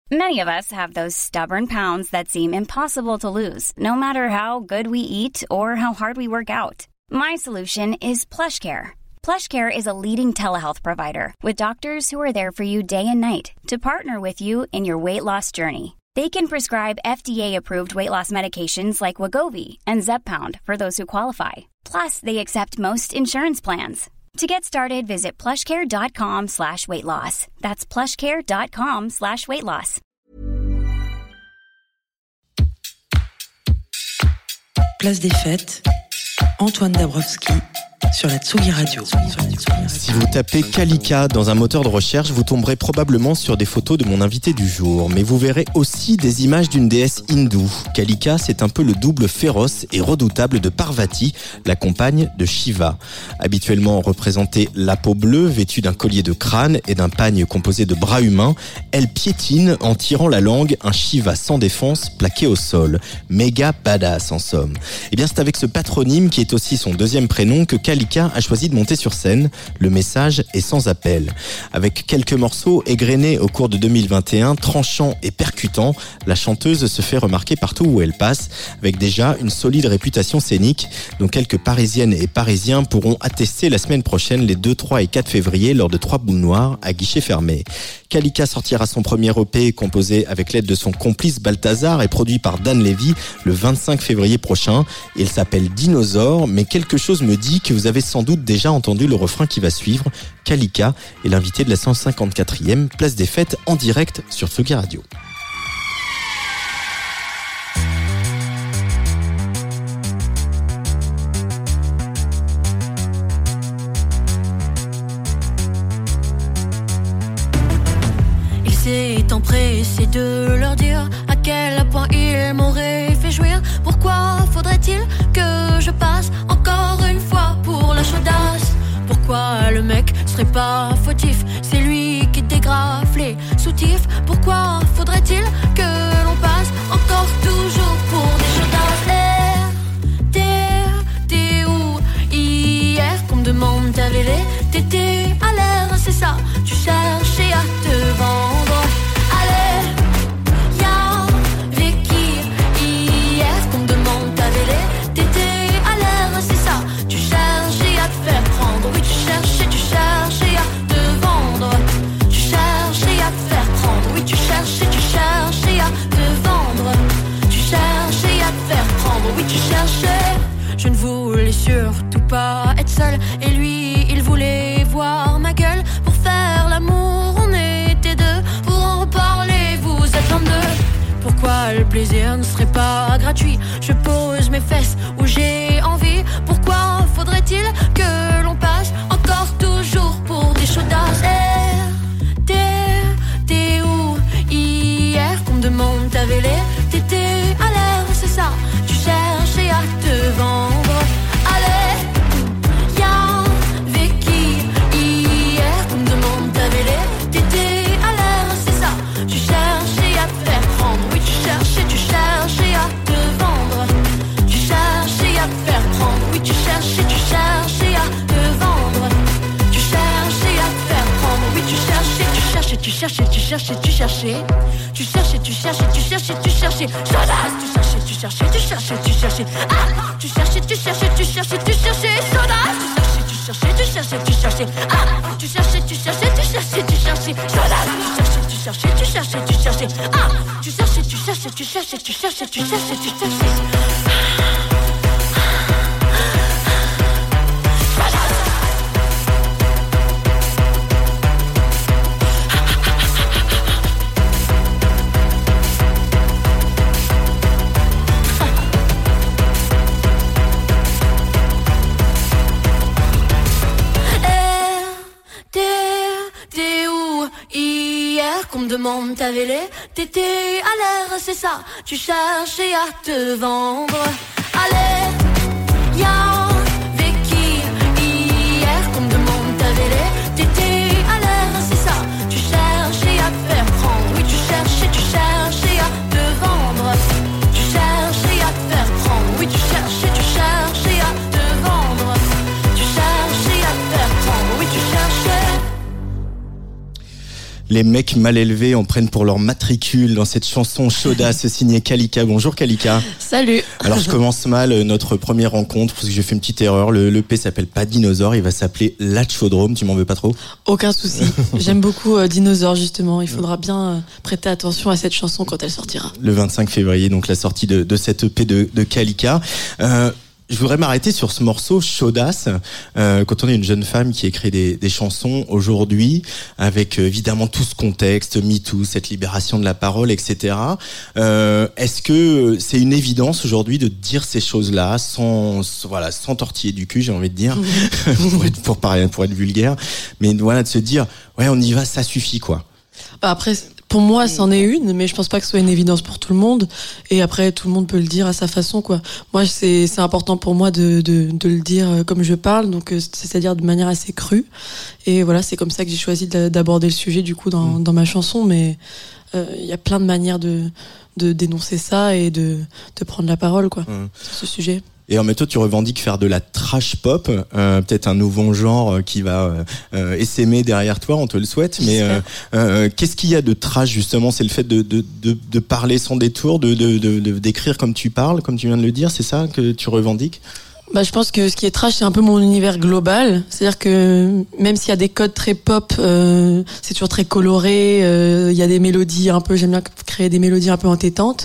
Many of us have those stubborn pounds that seem impossible to lose, no matter how good we eat or how hard we work out. My solution is PlushCare. PlushCare is a leading telehealth provider with doctors who are there for you day and night to partner with you in your weight loss journey. They can prescribe FDA-approved weight loss medications like Wegovy and Zepbound for those who qualify. Plus, they accept most insurance plans. To get started, visit plushcare.com/weightloss. That's plushcare.com/weightloss. Place des Fêtes, Antoine Dabrowski sur la Tsugi Radio. Si vous tapez Kalika dans un moteur de recherche, vous tomberez probablement sur des photos de mon invité du jour. Mais vous verrez aussi des images d'une déesse hindoue. Kalika, c'est un peu le double féroce et redoutable de Parvati, la compagne de Shiva. Habituellement représentée la peau bleue, vêtue d'un collier de crâne et d'un pagne composé de bras humains, elle piétine en tirant la langue un Shiva sans défense plaqué au sol. Méga badass en somme. Et bien c'est avec ce patronyme qui est aussi son deuxième prénom que Kalika a choisi de monter sur scène. Le message est sans appel. Avec quelques morceaux égrenés au cours de 2021, tranchants et percutants, la chanteuse se fait remarquer partout où elle passe, avec déjà une solide réputation scénique, dont quelques Parisiennes et Parisiens pourront attester la semaine prochaine, les 2, 3 et 4 février, lors de 3 boules noires à guichet fermé. Kalika sortira son premier EP composé avec l'aide de son complice Balthazar et produit par Dan Levy le 25 février prochain. Il s'appelle Dinosaure, mais quelque chose me dit que vous avez sans doute déjà entendu le refrain qui va suivre. Kalika est l'invité de la 154e Place des Fêtes en direct sur Tsugi Radio. C'est empressé de leur dire à quel point ils m'auraient fait jouir. Pourquoi faudrait-il que je passe encore une fois pour la chaudasse? Pourquoi le mec serait pas fautif? C'est lui qui dégrafe les soutifs. Pourquoi faudrait-il que l'on passe encore toujours pour des chaudasses? T'es où hier qu'on me demande ta vélé? T'étais à l'air, c'est ça, tu cherchais à te vendre. Allez, y'avait qui hier qu'on me demande ta vélé? T'étais à l'air, c'est ça, tu cherchais à te faire prendre. Oui, tu cherchais à te vendre. Tu cherchais à te faire prendre. Oui, tu cherchais à te vendre. Tu cherchais à te faire prendre. Oui, tu cherchais. Je ne voulais surtout pas être seule. Et lui, il voulait voir ma gueule. Pour faire l'amour, on était deux. Pour en reparler, vous êtes 22. Pourquoi le plaisir ne serait pas gratuit? Je pose mes fesses où j'ai envie. Pourquoi faudrait-il que l'on passe encore toujours pour des chaudasses? T'es où hier qu'on me demande ta vélé? T'étais à l'air, c'est ça, tu cherchais à te vendre. Allez, y'avait qui hier qu'on me demande ta vélé? T'étais à l'air, c'est ça, tu cherchais à te faire prendre. Oui, tu cherchais à te vendre. Tu cherchais à te faire prendre. Oui, tu cherchais à te vendre. Tu cherchais à te faire prendre. Oui, tu cherchais. Tu cherchais. Chaudasse, tu cherchais. Ah, tu cherchais. Chaudasse, tu cherchais. Ah, tu cherchais. Chaudasse, tu cherchais. Ah, tu cherchais. T'es où hier qu'on me demande ta vélé? T'étais à l'air, c'est ça, tu cherchais à te vendre. Allez, y'avait qui hier qu'on me demande ta vélé? T'étais à l'air, c'est ça, tu cherchais à te faire prendre. Oui, tu cherchais à te vendre. Tu cherchais à te faire prendre. Oui, tu cherchais à te vendre. Tu cherchais à te faire prendre. Oui, tu cherchais. Les mecs mal élevés en prennent pour leur matricule dans cette chanson chaudasse signée Kalika. Bonjour Kalika. Salut. Alors je commence mal notre première rencontre parce que j'ai fait une petite erreur. Le EP s'appelle pas Dinosaure, il va s'appeler Latchodrome. Tu m'en veux pas trop ? Aucun souci. J'aime beaucoup Dinosaure justement. Il faudra bien prêter attention à cette chanson quand elle sortira. Le 25 février, donc la sortie de cette EP de Kalika. Je voudrais m'arrêter sur ce morceau chaudasse. Quand on est une jeune femme qui écrit des chansons aujourd'hui, avec évidemment tout ce contexte, MeToo, cette libération de la parole, etc. Est-ce que c'est une évidence aujourd'hui de dire ces choses-là sans tortiller du cul, j'ai envie de dire, pour être vulgaire, mais voilà, de se dire ouais, on y va, ça suffit quoi. Après, pour moi, c'en est une, mais je pense pas que ce soit une évidence pour tout le monde. Et après, tout le monde peut le dire à sa façon, quoi. Moi, c'est important pour moi de le dire comme je parle, donc c'est-à-dire de manière assez crue. Et voilà, c'est comme ça que j'ai choisi d'aborder le sujet du coup dans ma chanson. Mais il y a plein de manières de dénoncer ça et de prendre la parole, quoi, sur ce sujet. Et en même temps, tu revendiques faire de la trash pop, peut-être un nouveau genre qui va essaimer derrière toi, on te le souhaite. Mais qu'est-ce qu'il y a de trash justement ? C'est le fait de parler sans détour, d'écrire comme tu parles, comme tu viens de le dire. C'est ça que tu revendiques ? Bah, je pense que ce qui est trash, c'est un peu mon univers global. C'est-à-dire que même s'il y a des codes très pop, c'est toujours très coloré. Il y a des mélodies un peu, j'aime bien créer des mélodies un peu entêtantes.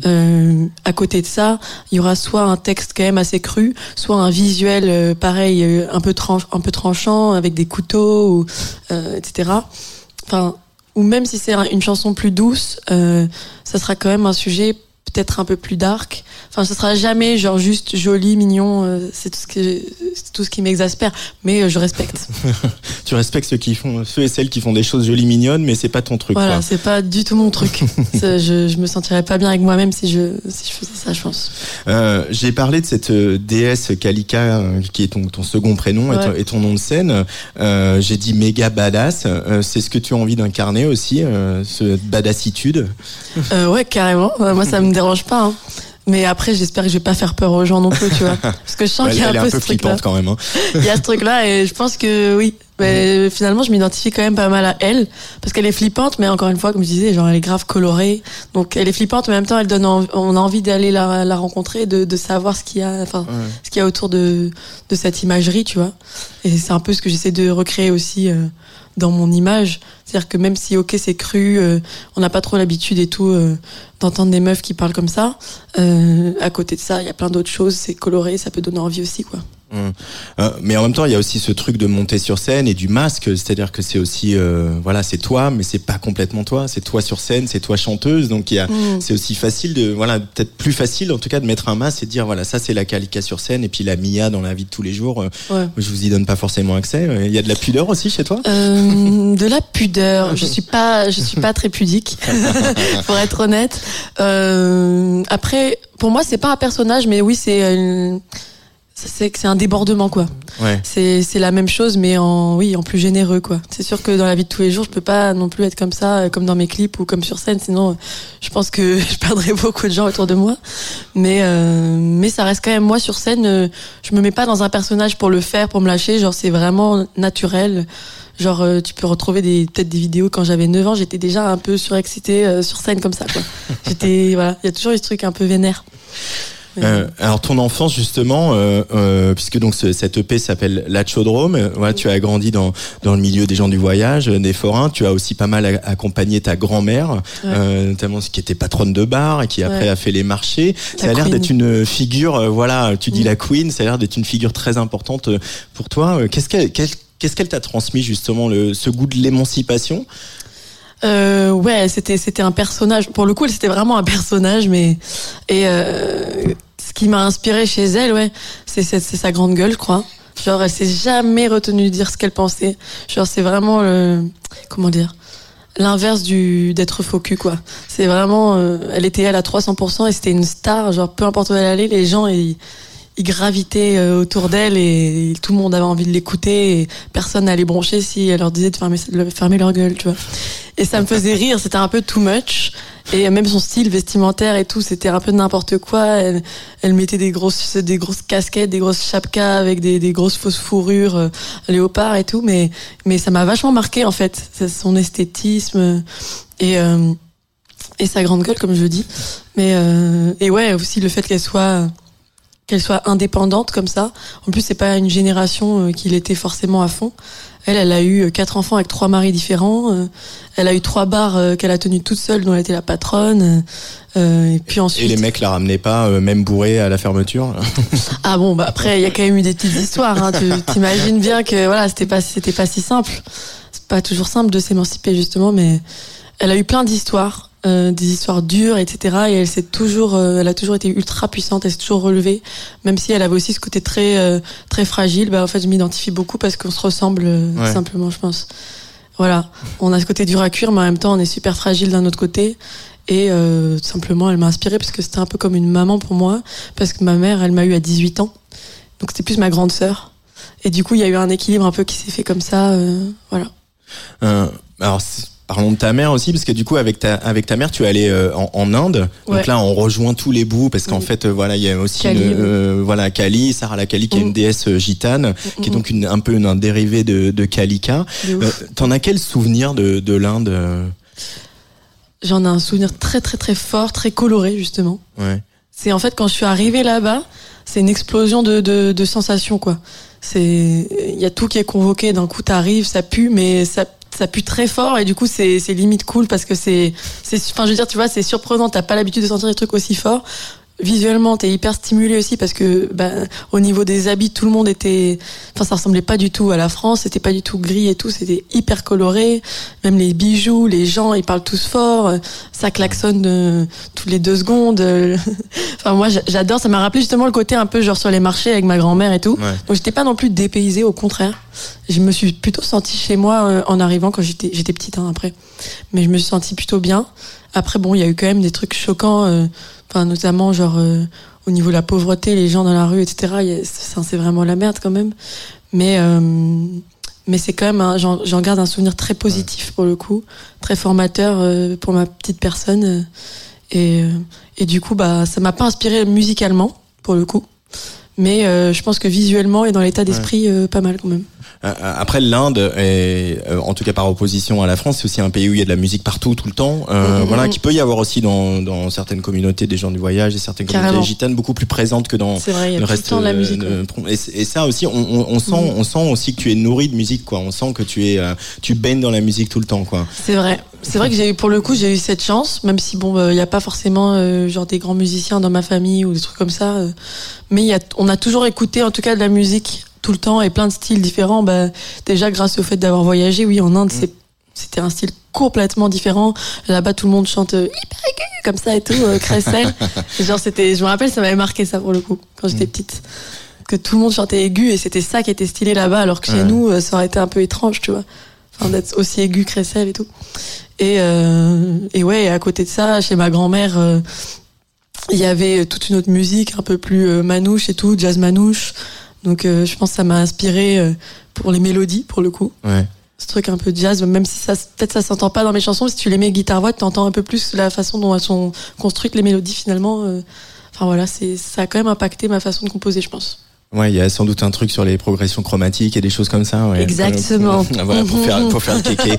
À côté de ça, il y aura soit un texte quand même assez cru, soit un visuel pareil, un peu tranchant avec des couteaux, etc. Enfin, ou même si c'est une chanson plus douce, ça sera quand même un sujet peut-être un peu plus dark. Enfin, ce sera jamais genre juste joli, mignon. C'est tout ce qui m'exaspère. Mais je respecte. Tu respectes ceux et celles qui font des choses jolies, mignonnes, mais c'est pas ton truc. Voilà, quoi. C'est pas du tout mon truc. Je me sentirais pas bien avec moi-même si je faisais ça, je pense. J'ai parlé de cette déesse Kalika qui est ton second prénom et ton nom de scène. J'ai dit méga badass. C'est ce que tu as envie d'incarner aussi, ce badassitude. Ouais, carrément. Moi, ça me dérange pas. Hein. Mais après, j'espère que je vais pas faire peur aux gens non plus, tu vois. Parce que je sens qu'il y a un peu ce truc-là. Flippante quand même. Hein. Il y a ce truc-là et je pense que oui. Mais finalement, je m'identifie quand même pas mal à elle. Parce qu'elle est flippante, mais encore une fois, comme je disais, genre, elle est grave colorée. Donc, elle est flippante, mais en même temps, on a envie d'aller la rencontrer, de savoir ce qu'il y a, ce qu'il y a autour de cette imagerie, tu vois. Et c'est un peu ce que j'essaie de recréer aussi, dans mon image. C'est-à-dire que même si, ok, c'est cru, on n'a pas trop l'habitude et tout, d'entendre des meufs qui parlent comme ça, à côté de ça, il y a plein d'autres choses, c'est coloré, ça peut donner envie aussi, quoi. Mais en même temps, il y a aussi ce truc de monter sur scène et du masque, c'est-à-dire que c'est aussi, c'est toi, mais c'est pas complètement toi. C'est toi sur scène, c'est toi chanteuse, donc c'est aussi facile peut-être plus facile en tout cas de mettre un masque et de dire voilà, ça c'est la Kalika sur scène et puis la Mia dans la vie de tous les jours. Je vous y donne pas forcément accès. Il y a de la pudeur aussi chez toi. De la pudeur, je suis pas très pudique, pour être honnête. Après, pour moi, c'est pas un personnage, mais oui, c'est un débordement, quoi. Ouais. C'est la même chose, mais en plus généreux, quoi. C'est sûr que dans la vie de tous les jours, je peux pas non plus être comme ça, comme dans mes clips ou comme sur scène, sinon je pense que je perdrais beaucoup de gens autour de moi. Mais ça reste quand même moi sur scène. Je me mets pas dans un personnage pour le faire, pour me lâcher. Genre, c'est vraiment naturel. Genre, tu peux retrouver peut-être des vidéos quand j'avais 9 ans, j'étais déjà un peu surexcitée sur scène comme ça, quoi. Il y a toujours eu ce truc un peu vénère. Alors ton enfance justement, puisque donc cette EP s'appelle Latchodrome, tu as grandi dans le milieu des gens du voyage, des forains. Tu as aussi pas mal accompagné ta grand-mère, notamment qui était patronne de bar et qui après a fait les marchés. Ça a l'air d'être une figure, tu dis la queen, ça a l'air d'être une figure très importante pour toi. Qu'est-ce qu'elle t'a transmis justement, ce goût de l'émancipation? C'était un personnage. Pour le coup, c'était vraiment un personnage, ce qui m'a inspiré chez elle, c'est sa grande gueule, je crois. Genre, elle s'est jamais retenue de dire ce qu'elle pensait. Genre, c'est vraiment l'inverse d'être faux cul, quoi. C'est vraiment, elle était elle à 300% et c'était une star. Genre, peu importe où elle allait, les gens, ils gravitaient autour d'elle et tout le monde avait envie de l'écouter et personne n'allait broncher si elle leur disait de fermer leur gueule, tu vois. Et ça me faisait rire, c'était un peu too much. Et même son style vestimentaire et tout, c'était un peu n'importe quoi. Elle mettait des grosses casquettes, des grosses chapkas avec des grosses fausses fourrures, léopard et tout. Mais ça m'a vachement marqué, en fait. C'est son esthétisme et sa grande gueule, comme je dis. Et ouais, aussi le fait qu'elle soit indépendante comme ça. En plus, c'est pas une génération qui l'était forcément à fond. Elle a eu 4 enfants avec 3 maris différents. Elle a eu 3 bars qu'elle a tenues toute seule, dont elle était la patronne. Et puis ensuite. Et les mecs la ramenaient pas, même bourrés à la fermeture. Ah bon, bah après, il y a quand même eu des petites histoires. Hein. Tu t'imagines bien que voilà, c'était pas si simple. C'est pas toujours simple de s'émanciper justement, mais elle a eu plein d'histoires. Des histoires dures, etc. Et elle a toujours été ultra puissante, elle s'est toujours relevée, même si elle avait aussi ce côté très fragile. Bah en fait, je m'identifie beaucoup parce qu'on se ressemble simplement, je pense. Voilà, on a ce côté dur à cuire, mais en même temps, on est super fragile d'un autre côté. Et simplement, elle m'a inspirée parce que c'était un peu comme une maman pour moi, parce que ma mère, elle m'a eu à 18 ans, donc c'était plus ma grande sœur. Et du coup, il y a eu un équilibre un peu qui s'est fait comme ça, voilà. Alors. Parlons de ta mère aussi, parce que du coup, avec ta mère, tu es allée en Inde. Ouais. Donc là, on rejoint tous les bouts, parce qu'en fait, voilà, il y a aussi Kali, Sarah la Kali, qui est une déesse gitane, qui est donc un peu un dérivé de Kalika. T'en as quel souvenir de l'Inde? J'en ai un souvenir très très très fort, très coloré justement. Ouais. C'est en fait quand je suis arrivée là-bas, c'est une explosion de sensations quoi. Il y a tout qui est convoqué. D'un coup, t'arrives, ça pue, mais ça pue très fort et du coup c'est limite cool parce que enfin je veux dire tu vois c'est surprenant, t'as pas l'habitude de sentir des trucs aussi forts. Visuellement t'es hyper stimulé aussi parce que au niveau des habits tout le monde ça ressemblait pas du tout à la France, c'était pas du tout gris et tout, c'était hyper coloré, même les bijoux, les gens ils parlent tous fort, ça klaxonne toutes les 2 secondes. Enfin moi j'adore, ça m'a rappelé justement le côté un peu genre sur les marchés avec ma grand-mère et tout. Ouais. Donc j'étais pas non plus dépaysée, au contraire. Je me suis plutôt sentie chez moi en arrivant quand j'étais petite après. Mais je me suis sentie plutôt bien. Après bon, il y a eu quand même des trucs choquants notamment genre au niveau de la pauvreté, les gens dans la rue, etc. C'est vraiment la merde quand même. Mais c'est quand même j'en garde un souvenir très positif pour le coup, très formateur pour ma petite personne. Et du coup ça m'a pas inspiré musicalement pour le coup. Mais je pense que visuellement et dans l'état d'esprit, pas mal quand même. Après, l'Inde, en tout cas par opposition à la France, c'est aussi un pays où il y a de la musique partout, tout le temps. Voilà, qui peut y avoir aussi dans certaines communautés des gens du voyage et certaines communautés gitanes beaucoup plus présentes que dans le reste de la musique. Et ça aussi, on sent aussi que tu es nourri de musique, quoi. On sent que tu baignes dans la musique tout le temps, quoi. C'est vrai que j'ai eu cette chance, même si il y a pas forcément genre des grands musiciens dans ma famille ou des trucs comme ça. Mais on a toujours écouté en tout cas de la musique tout le temps et plein de styles différents. Déjà grâce au fait d'avoir voyagé, oui, en Inde, c'était un style complètement différent. Là-bas, tout le monde chante hyper aigu comme ça et tout, crécelle. Genre je me rappelle, ça m'avait marqué ça pour le coup quand j'étais petite, que tout le monde chantait aigu et c'était ça qui était stylé là-bas, alors que chez nous, ça aurait été un peu étrange, tu vois. Enfin, d'être aussi aigu, crécelle et tout. Et ouais, à côté de ça, chez ma grand-mère, il y avait toute une autre musique un peu plus manouche et tout, jazz manouche. Donc je pense que ça m'a inspiré pour les mélodies pour le coup. Ouais. Ce truc un peu jazz, même si peut-être ça s'entend pas dans mes chansons, si tu les mets guitare-voix, t'entends un peu plus la façon dont elles sont construites les mélodies finalement. Enfin voilà, ça a quand même impacté ma façon de composer, je pense. Ouais, il y a sans doute un truc sur les progressions chromatiques et des choses comme ça. Ouais. Exactement. Voilà, pour faire le kéké.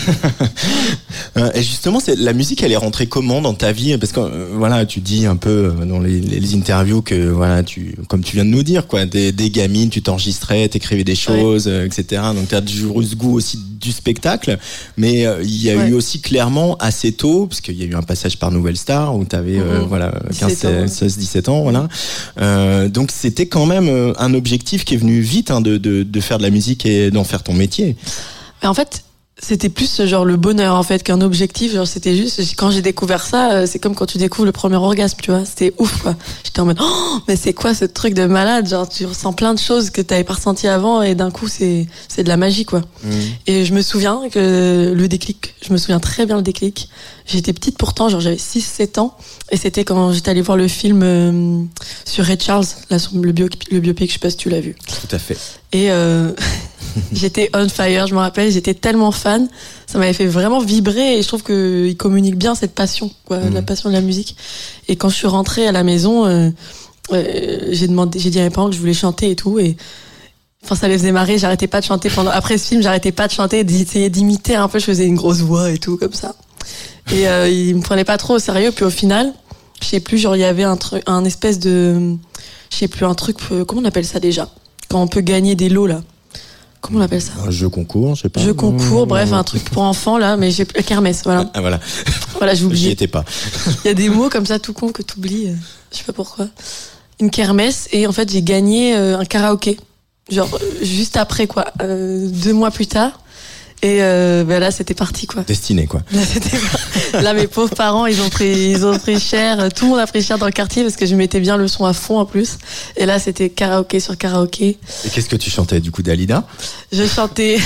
Et justement, la musique, elle est rentrée comment dans ta vie? Parce que voilà, tu dis un peu dans les interviews que voilà, comme tu viens de nous dire, quoi, des gamines, tu t'enregistrais, t'écrivais des choses, etc. Donc t'as toujours eu ce goût aussi du spectacle, mais il y a eu aussi clairement assez tôt, parce qu'il y a eu un passage par Nouvelle Star où t'avais 16-17 ans, voilà. Donc c'était quand même un objectif qui est venu vite, de faire de la musique et d'en faire ton métier. Mais en fait, c'était plus genre le bonheur en fait qu'un objectif. Genre c'était juste quand j'ai découvert ça, c'est comme quand tu découvres le premier orgasme, tu vois. C'était ouf quoi. J'étais en mode mais c'est quoi ce truc de malade, genre tu ressens plein de choses que t'avais pas ressenti avant et d'un coup c'est de la magie quoi. Et je me souviens que le déclic, je me souviens très bien le déclic. J'étais petite pourtant, genre j'avais 6-7 ans et c'était quand j'étais allée voir le film sur Ray Charles, là, le biopic, je sais pas si tu l'as vu. Tout à fait. Et J'étais on fire, je me rappelle, j'étais tellement fan. Ça m'avait fait vraiment vibrer et je trouve qu'il communique bien cette passion, quoi, la passion de la musique. Et quand je suis rentrée à la maison, j'ai dit à mes parents que je voulais chanter et tout. Et enfin, ça les faisait marrer, j'arrêtais pas de chanter après ce film, j'arrêtais pas de chanter, d'essayer d'imiter un peu, je faisais une grosse voix et tout, comme ça. Et ils me prenaient pas trop au sérieux, puis au final, je sais plus, genre, il y avait un espèce de, je sais plus, un truc, comment on appelle ça déjà? Quand on peut gagner des lots, là. Comment on appelle ça? Un jeu concours, je sais pas. Jeu concours, bref, un truc pour enfants, là, mais j'ai kermesse, voilà. Ah, voilà. Voilà, j'ai oublié. J'y étais pas. Il y a des mots comme ça, tout con, que t'oublies, je sais pas pourquoi. Une kermesse, et en fait, j'ai gagné un karaoké. Genre, juste après, quoi. 2 mois plus tard. Et là, c'était parti, quoi. Destiné, quoi. Là, mes pauvres parents, ils ont pris cher. Tout le monde a pris cher dans le quartier parce que je mettais bien le son à fond en plus. Et là, c'était karaoké sur karaoké. Et qu'est-ce que tu chantais, du coup, Dalida? Je chantais.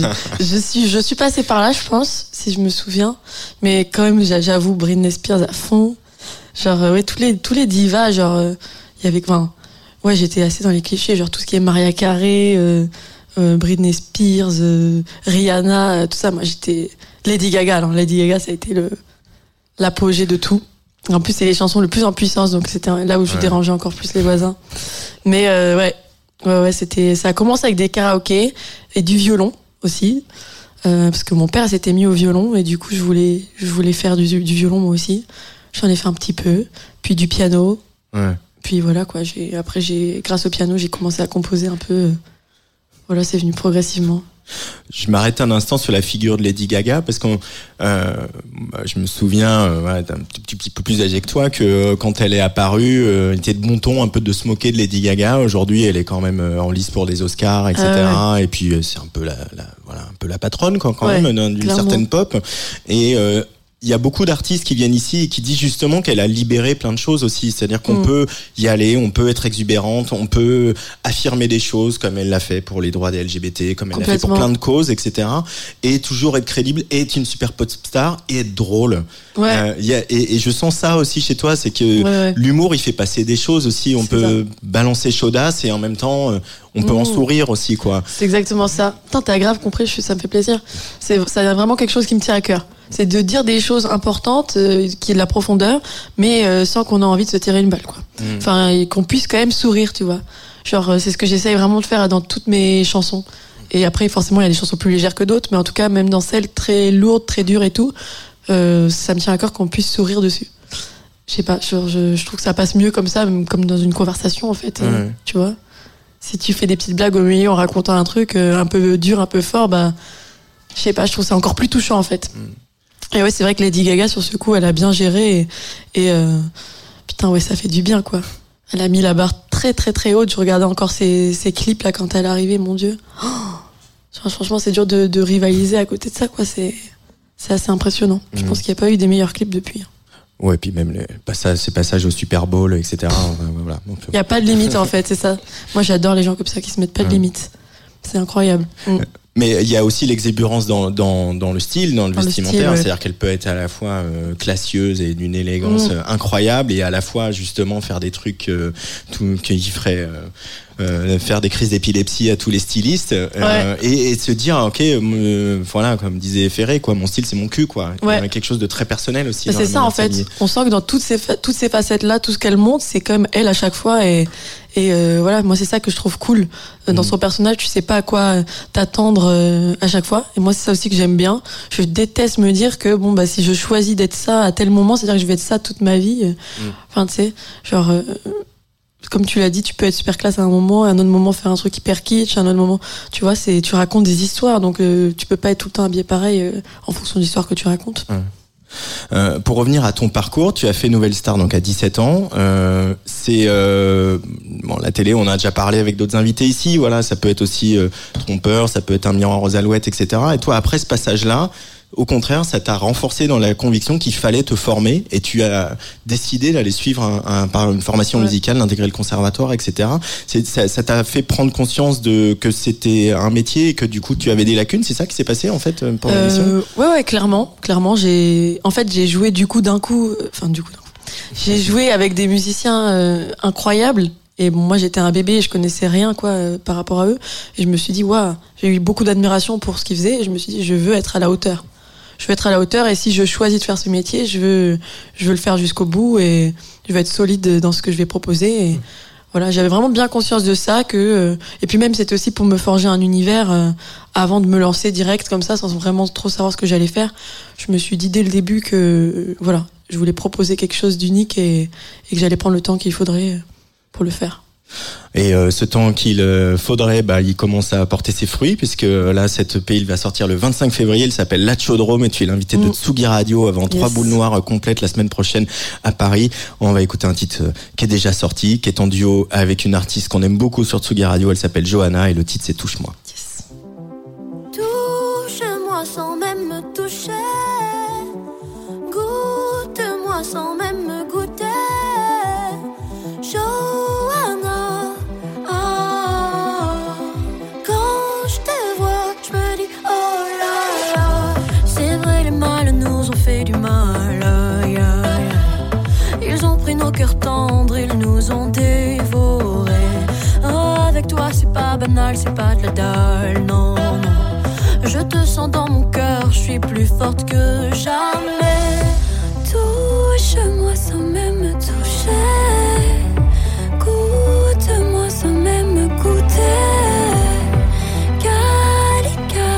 je suis passée par là, je pense, si je me souviens. Mais quand même, j'avoue, Britney Spears à fond. Genre, ouais, tous les divas, genre, il y avait, enfin, ouais, j'étais assez dans les clichés, genre tout ce qui est Mariah Carey, Britney Spears, Rihanna, tout ça. Moi, j'étais Lady Gaga. Alors, Lady Gaga, ça a été l'apogée de tout. En plus, c'est les chansons le plus en puissance, donc c'était là où je dérangeais encore plus les voisins. Mais ouais, ça a commencé avec des karaokés et du violon aussi, parce que mon père s'était mis au violon et du coup, je voulais faire du violon moi aussi. J'en ai fait un petit peu, puis du piano. Ouais. Puis voilà, quoi. Après, grâce au piano, j'ai commencé à composer un peu. Voilà, c'est venu progressivement. Je m'arrête un instant sur la figure de Lady Gaga parce que je me souviens, t'es un petit peu plus âgé que toi, que quand elle est apparue, il était de bon ton un peu de se moquer de Lady Gaga. Aujourd'hui, elle est quand même en lice pour les Oscars, etc. Ouais. Et puis c'est un peu un peu la patronne quand même d'une clairement. certaine pop. Et il y a beaucoup d'artistes qui viennent ici et qui disent justement qu'elle a libéré plein de choses aussi. C'est-à-dire qu'on peut y aller, on peut être exubérante, on peut affirmer des choses comme elle l'a fait pour les droits des LGBT, comme elle l'a fait pour plein de causes, etc. Et toujours être crédible, et être une super pop star, et être drôle. Ouais. Et je sens ça aussi chez toi, c'est que l'humour, il fait passer des choses aussi. On peut balancer chaudasse et en même temps, on peut en sourire aussi, quoi. C'est exactement ça. Putain, t'as grave compris, ça me fait plaisir. C'est vraiment quelque chose qui me tient à cœur. C'est de dire des choses importantes, qui est de la profondeur, mais sans qu'on ait envie de se tirer une balle, quoi. Enfin, et qu'on puisse quand même sourire, tu vois. Genre, c'est ce que j'essaye vraiment de faire dans toutes mes chansons. Et après, forcément, il y a des chansons plus légères que d'autres, mais en tout cas, même dans celles très lourdes, très dures et tout, ça me tient à cœur qu'on puisse sourire dessus. Je sais pas, je trouve que ça passe mieux comme ça, comme dans une conversation, en fait. Tu vois. Si tu fais des petites blagues au milieu en racontant un truc un peu dur, un peu fort, bah, je sais pas, je trouve ça encore plus touchant, en fait. Et ouais, c'est vrai que Lady Gaga, sur ce coup, elle a bien géré et putain, ouais, ça fait du bien, quoi. Elle a mis la barre très, très, très haute. Je regardais encore ses clips, là, quand elle est arrivée, mon Dieu. Oh, franchement, c'est dur de rivaliser à côté de ça, quoi. C'est assez impressionnant. Je pense qu'il n'y a pas eu des meilleurs clips depuis. Ouais, puis même ces passages au Super Bowl, etc. Voilà. Il n'y a pas de limite, en fait, c'est ça. Moi, j'adore les gens comme ça qui se mettent pas de limite. C'est incroyable. Mais il y a aussi l'exubérance dans le style, dans le vestimentaire. C'est-à-dire qu'elle peut être à la fois classieuse et d'une élégance incroyable, et à la fois justement faire des trucs qui feraient faire des crises d'épilepsie à tous les stylistes, et se dire ok, voilà, comme disait Ferré, quoi, mon style c'est mon cul, quoi. Il y a quelque chose de très personnel aussi. C'est ça, en fait. On sent que dans toutes ces facettes là, tout ce qu'elle montre, c'est comme elle à chaque fois, et voilà, moi c'est ça que je trouve cool dans son personnage. Tu sais pas à quoi t'attendre à chaque fois, et moi c'est ça aussi que j'aime bien. Je déteste me dire que bon, bah, si je choisis d'être ça à tel moment, c'est-à-dire que je vais être ça toute ma vie. Enfin, tu sais, genre comme tu l'as dit, tu peux être super classe à un moment, à un autre moment faire un truc hyper kitsch, à un autre moment, tu vois, tu racontes des histoires, donc tu peux pas être tout le temps habillé pareil en fonction de l'histoire que tu racontes. Pour revenir à ton parcours, tu as fait Nouvelle Star donc à 17 ans. C'est la télé, on a déjà parlé avec d'autres invités ici. Voilà, ça peut être aussi Trompeur, ça peut être Un miroir aux alouettes, etc. Et toi, après ce passage-là, au contraire, ça t'a renforcé dans la conviction qu'il fallait te former, et tu as décidé d'aller suivre par une formation musicale, d'intégrer le conservatoire, etc. Ça t'a fait prendre conscience que c'était un métier et que du coup tu avais des lacunes. C'est ça qui s'est passé en fait pendant l'émission? Ouais, clairement. J'ai joué du coup d'un coup. J'ai joué avec des musiciens incroyables. Et bon, moi j'étais un bébé et je connaissais rien par rapport à eux. Et je me suis dit waouh, j'ai eu beaucoup d'admiration pour ce qu'ils faisaient. Et je me suis dit je veux être à la hauteur. Je veux être à la hauteur et si je choisis de faire ce métier, je veux le faire jusqu'au bout et je veux être solide dans ce que je vais proposer. Et voilà, j'avais vraiment bien conscience de ça et puis même c'était aussi pour me forger un univers avant de me lancer direct comme ça sans vraiment trop savoir ce que j'allais faire. Je me suis dit dès le début que voilà, je voulais proposer quelque chose d'unique et que j'allais prendre le temps qu'il faudrait pour le faire. Et ce temps qu'il faudrait, il commence à porter ses fruits puisque là cette EP il va sortir le 25 février, il s'appelle Lachodrome et tu es l'invité de Tsugi Radio avant 3 boules noires complètes la semaine prochaine à Paris. On va écouter un titre qui est déjà sorti, qui est en duo avec une artiste qu'on aime beaucoup sur Tsugi Radio, elle s'appelle Johanna et le titre c'est Touche-moi. Yes. Touche-moi sans même me toucher, goûte-moi sans même me goûter. Johanna, quand je te vois, je me dis oh là là. C'est vrai, les mâles nous ont fait du mal, Ils ont pris nos cœurs tendres, ils nous ont dévorés. Avec toi c'est pas banal, c'est pas de la dalle, non, non. Je te sens dans mon cœur, je suis plus forte que jamais. Touche-moi sans même me toucher, goûte-moi sans même me goûter. Kalika,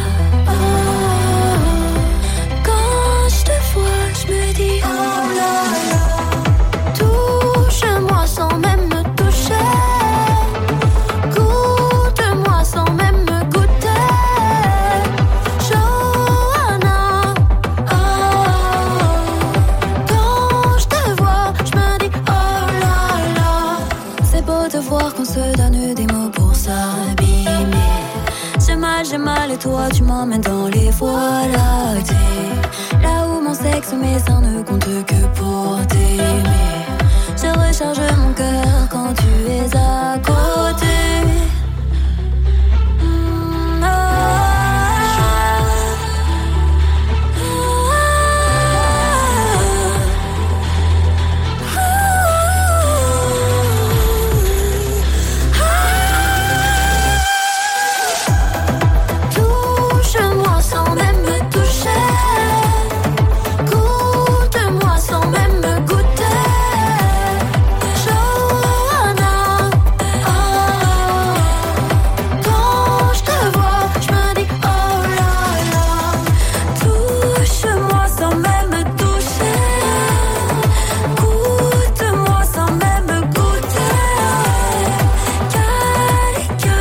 quand je te vois, je me dis oh là là. Touche-moi sans même me toucher, goûte-moi sans même me goûter. Johanna, quand je te vois, je me dis oh là là. C'est beau de voir qu'on se donne des mots pour s'abîmer. J'ai mal et toi tu m'emmènes dans les voies lactées. Là où mon sexe, mes seins ne comptent que pour t'aimer. Je recharge mon cœur quand tu es à côté. Touche-moi sans même me toucher, goûte-moi sans même me goûter. Johanna, quand je te vois, je me dis oh là là. Touche-moi sans même me toucher, goûte-moi sans même me goûter. Kalika,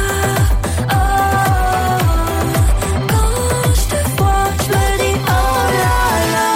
quand je te vois, je me dis oh là là.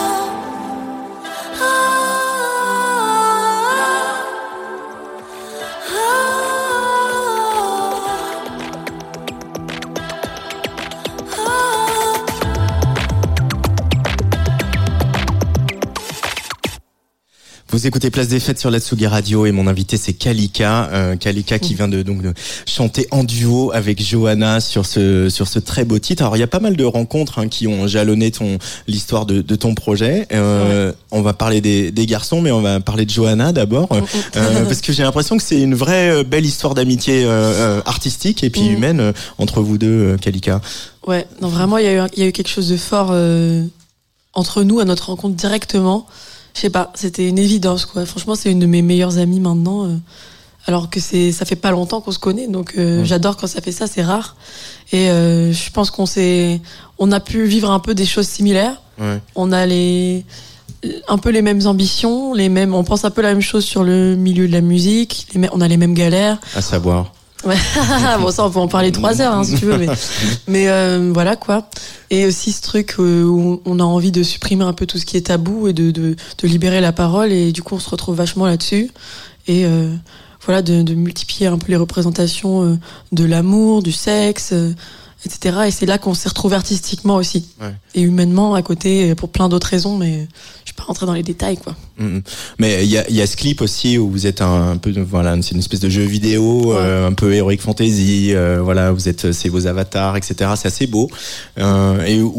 Vous écoutez Place des Fêtes sur la Tsugi Radio et mon invité c'est Kalika, Kalika qui vient de chanter en duo avec Johanna sur ce très beau titre. Alors il y a pas mal de rencontres qui ont jalonné l'histoire de ton projet. On va parler des garçons, mais on va parler de Johanna d'abord parce que j'ai l'impression que c'est une vraie belle histoire d'amitié artistique et puis humaine entre vous deux, Kalika. Ouais, non vraiment il y a eu quelque chose de fort entre nous à notre rencontre directement. Je sais pas, c'était une évidence quoi. Franchement, c'est une de mes meilleures amies maintenant, alors que ça fait pas longtemps qu'on se connaît, donc j'adore quand ça fait ça, c'est rare. Et je pense on a pu vivre un peu des choses similaires. Ouais. On a un peu les mêmes ambitions, on pense un peu la même chose sur le milieu de la musique, on a les mêmes galères. À savoir. Ouais. Bon, ça on peut en parler 3 heures si tu veux, mais voilà quoi. Et aussi ce truc où on a envie de supprimer un peu tout ce qui est tabou et de libérer la parole, et du coup on se retrouve vachement là-dessus, et voilà, de multiplier un peu les représentations de l'amour, du sexe, etc. Et c'est là qu'on s'est retrouvés artistiquement aussi, et humainement à côté, pour plein d'autres raisons, mais je vais pas rentrer dans les détails quoi. Mais il y a ce clip aussi où vous êtes un peu, voilà, c'est une espèce de jeu vidéo, un peu heroic fantasy, voilà, c'est vos avatars, etc. C'est assez beau, et où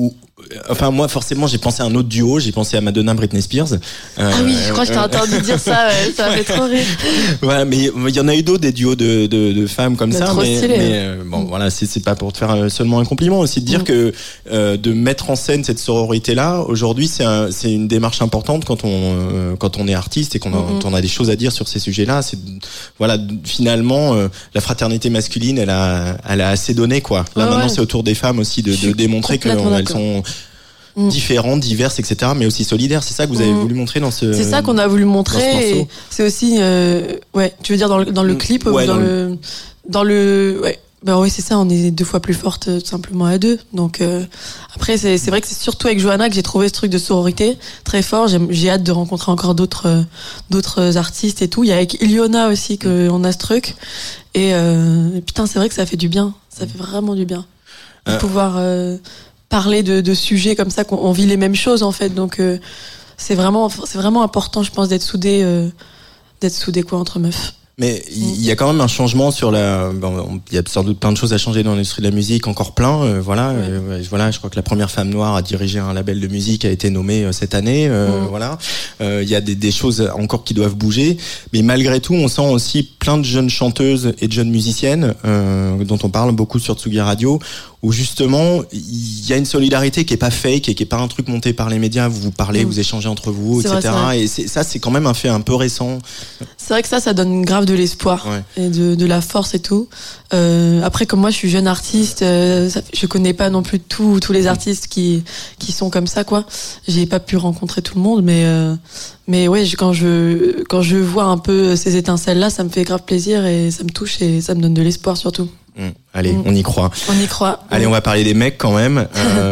enfin moi forcément j'ai pensé à un autre duo, j'ai pensé à Madonna, Britney Spears. Ah oui, je crois que je t'ai entendu dire ça, ouais, ça m'a fait trop rire. Ouais, mais il y en a eu d'autres des duos de femmes comme ça, trop stylé, mais bon voilà, c'est pas pour te faire seulement un compliment, aussi de dire que de mettre en scène cette sororité là aujourd'hui c'est une démarche importante quand on est artiste et on a des choses à dire sur ces sujets-là. C'est voilà, finalement la fraternité masculine elle a assez donné quoi. Là maintenant c'est au tour des femmes aussi de démontrer qu'elles sont différentes, diverses, etc., mais aussi solidaires. C'est ça que vous avez voulu montrer dans ce. C'est ça qu'on a voulu montrer. Et c'est aussi, ouais. Tu veux dire dans le clip ouais, ou dans le, ouais. Ben oui, c'est ça. On est 2 fois plus fortes tout simplement à 2. Donc après, c'est vrai que c'est surtout avec Johanna que j'ai trouvé ce truc de sororité très fort. J'ai hâte de rencontrer encore d'autres artistes et tout. Il y a avec Iliona aussi qu'on a ce truc. Et putain, c'est vrai que ça fait du bien. Ça fait vraiment du bien de pouvoir parler de sujets comme ça, qu'on vit les mêmes choses en fait. Donc c'est vraiment important, je pense, d'être soudés quoi entre meufs. Mais il y a quand même un changement sur il y a sans doute plein de choses à changer dans l'industrie de la musique, encore plein, voilà. Voilà, je crois que la première femme noire à diriger un label de musique a été nommée cette année, voilà. Il y a des choses encore qui doivent bouger, mais malgré tout, on sent aussi plein de jeunes chanteuses et de jeunes musiciennes, dont on parle beaucoup sur Tsugi Radio, où justement il y a une solidarité qui est pas fake et qui est pas un truc monté par les médias. Vous parlez, vous échangez entre vous, etc. Vrai. Et c'est quand même un fait un peu récent. C'est vrai que ça donne grave de l'espoir et de la force et tout. Après, comme moi je suis jeune artiste, je connais pas non plus tous les artistes qui sont comme ça quoi. J'ai pas pu rencontrer tout le monde, mais ouais, quand je vois un peu ces étincelles là, ça me fait grave plaisir et ça me touche et ça me donne de l'espoir surtout. Allez, on y croit. On y croit. Allez, on va parler des mecs quand même.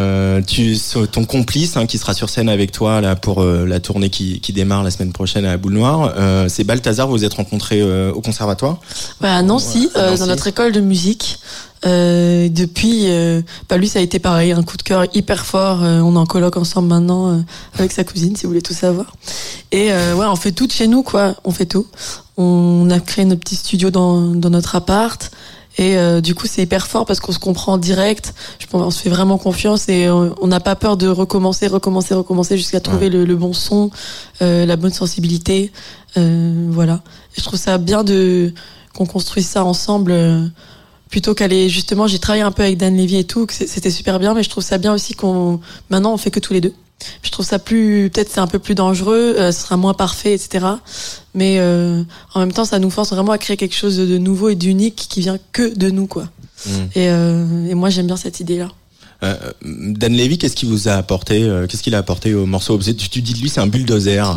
Ton complice, qui sera sur scène avec toi là pour la tournée qui démarre la semaine prochaine à la Boule Noire, c'est Balthazar. Vous vous êtes rencontrés au conservatoire ? À Nancy, dans notre école de musique. Depuis, lui ça a été pareil, un coup de cœur hyper fort. On est en coloc ensemble maintenant avec sa cousine, si vous voulez tout savoir. Et on fait tout de chez nous quoi. On fait tout. On a créé notre petit studio dans notre appart. Et du coup c'est hyper fort parce qu'on se comprend en direct. On se fait vraiment confiance et on n'a pas peur de recommencer jusqu'à trouver le bon son, la bonne sensibilité, voilà. Et je trouve ça bien qu'on construise ça ensemble plutôt qu'aller justement. J'ai travaillé un peu avec Dan Levy et tout, que c'était super bien, mais je trouve ça bien aussi maintenant on fait que tous les deux. Je trouve ça peut-être c'est un peu plus dangereux, ce sera moins parfait, etc. Mais en même temps, ça nous force vraiment à créer quelque chose de nouveau et d'unique qui vient que de nous, quoi. Et moi, j'aime bien cette idée-là. Dan Levy, qu'est-ce qu'il vous a apporté Qu'est-ce qu'il a apporté au morceau ? Tu dis de lui, c'est un bulldozer.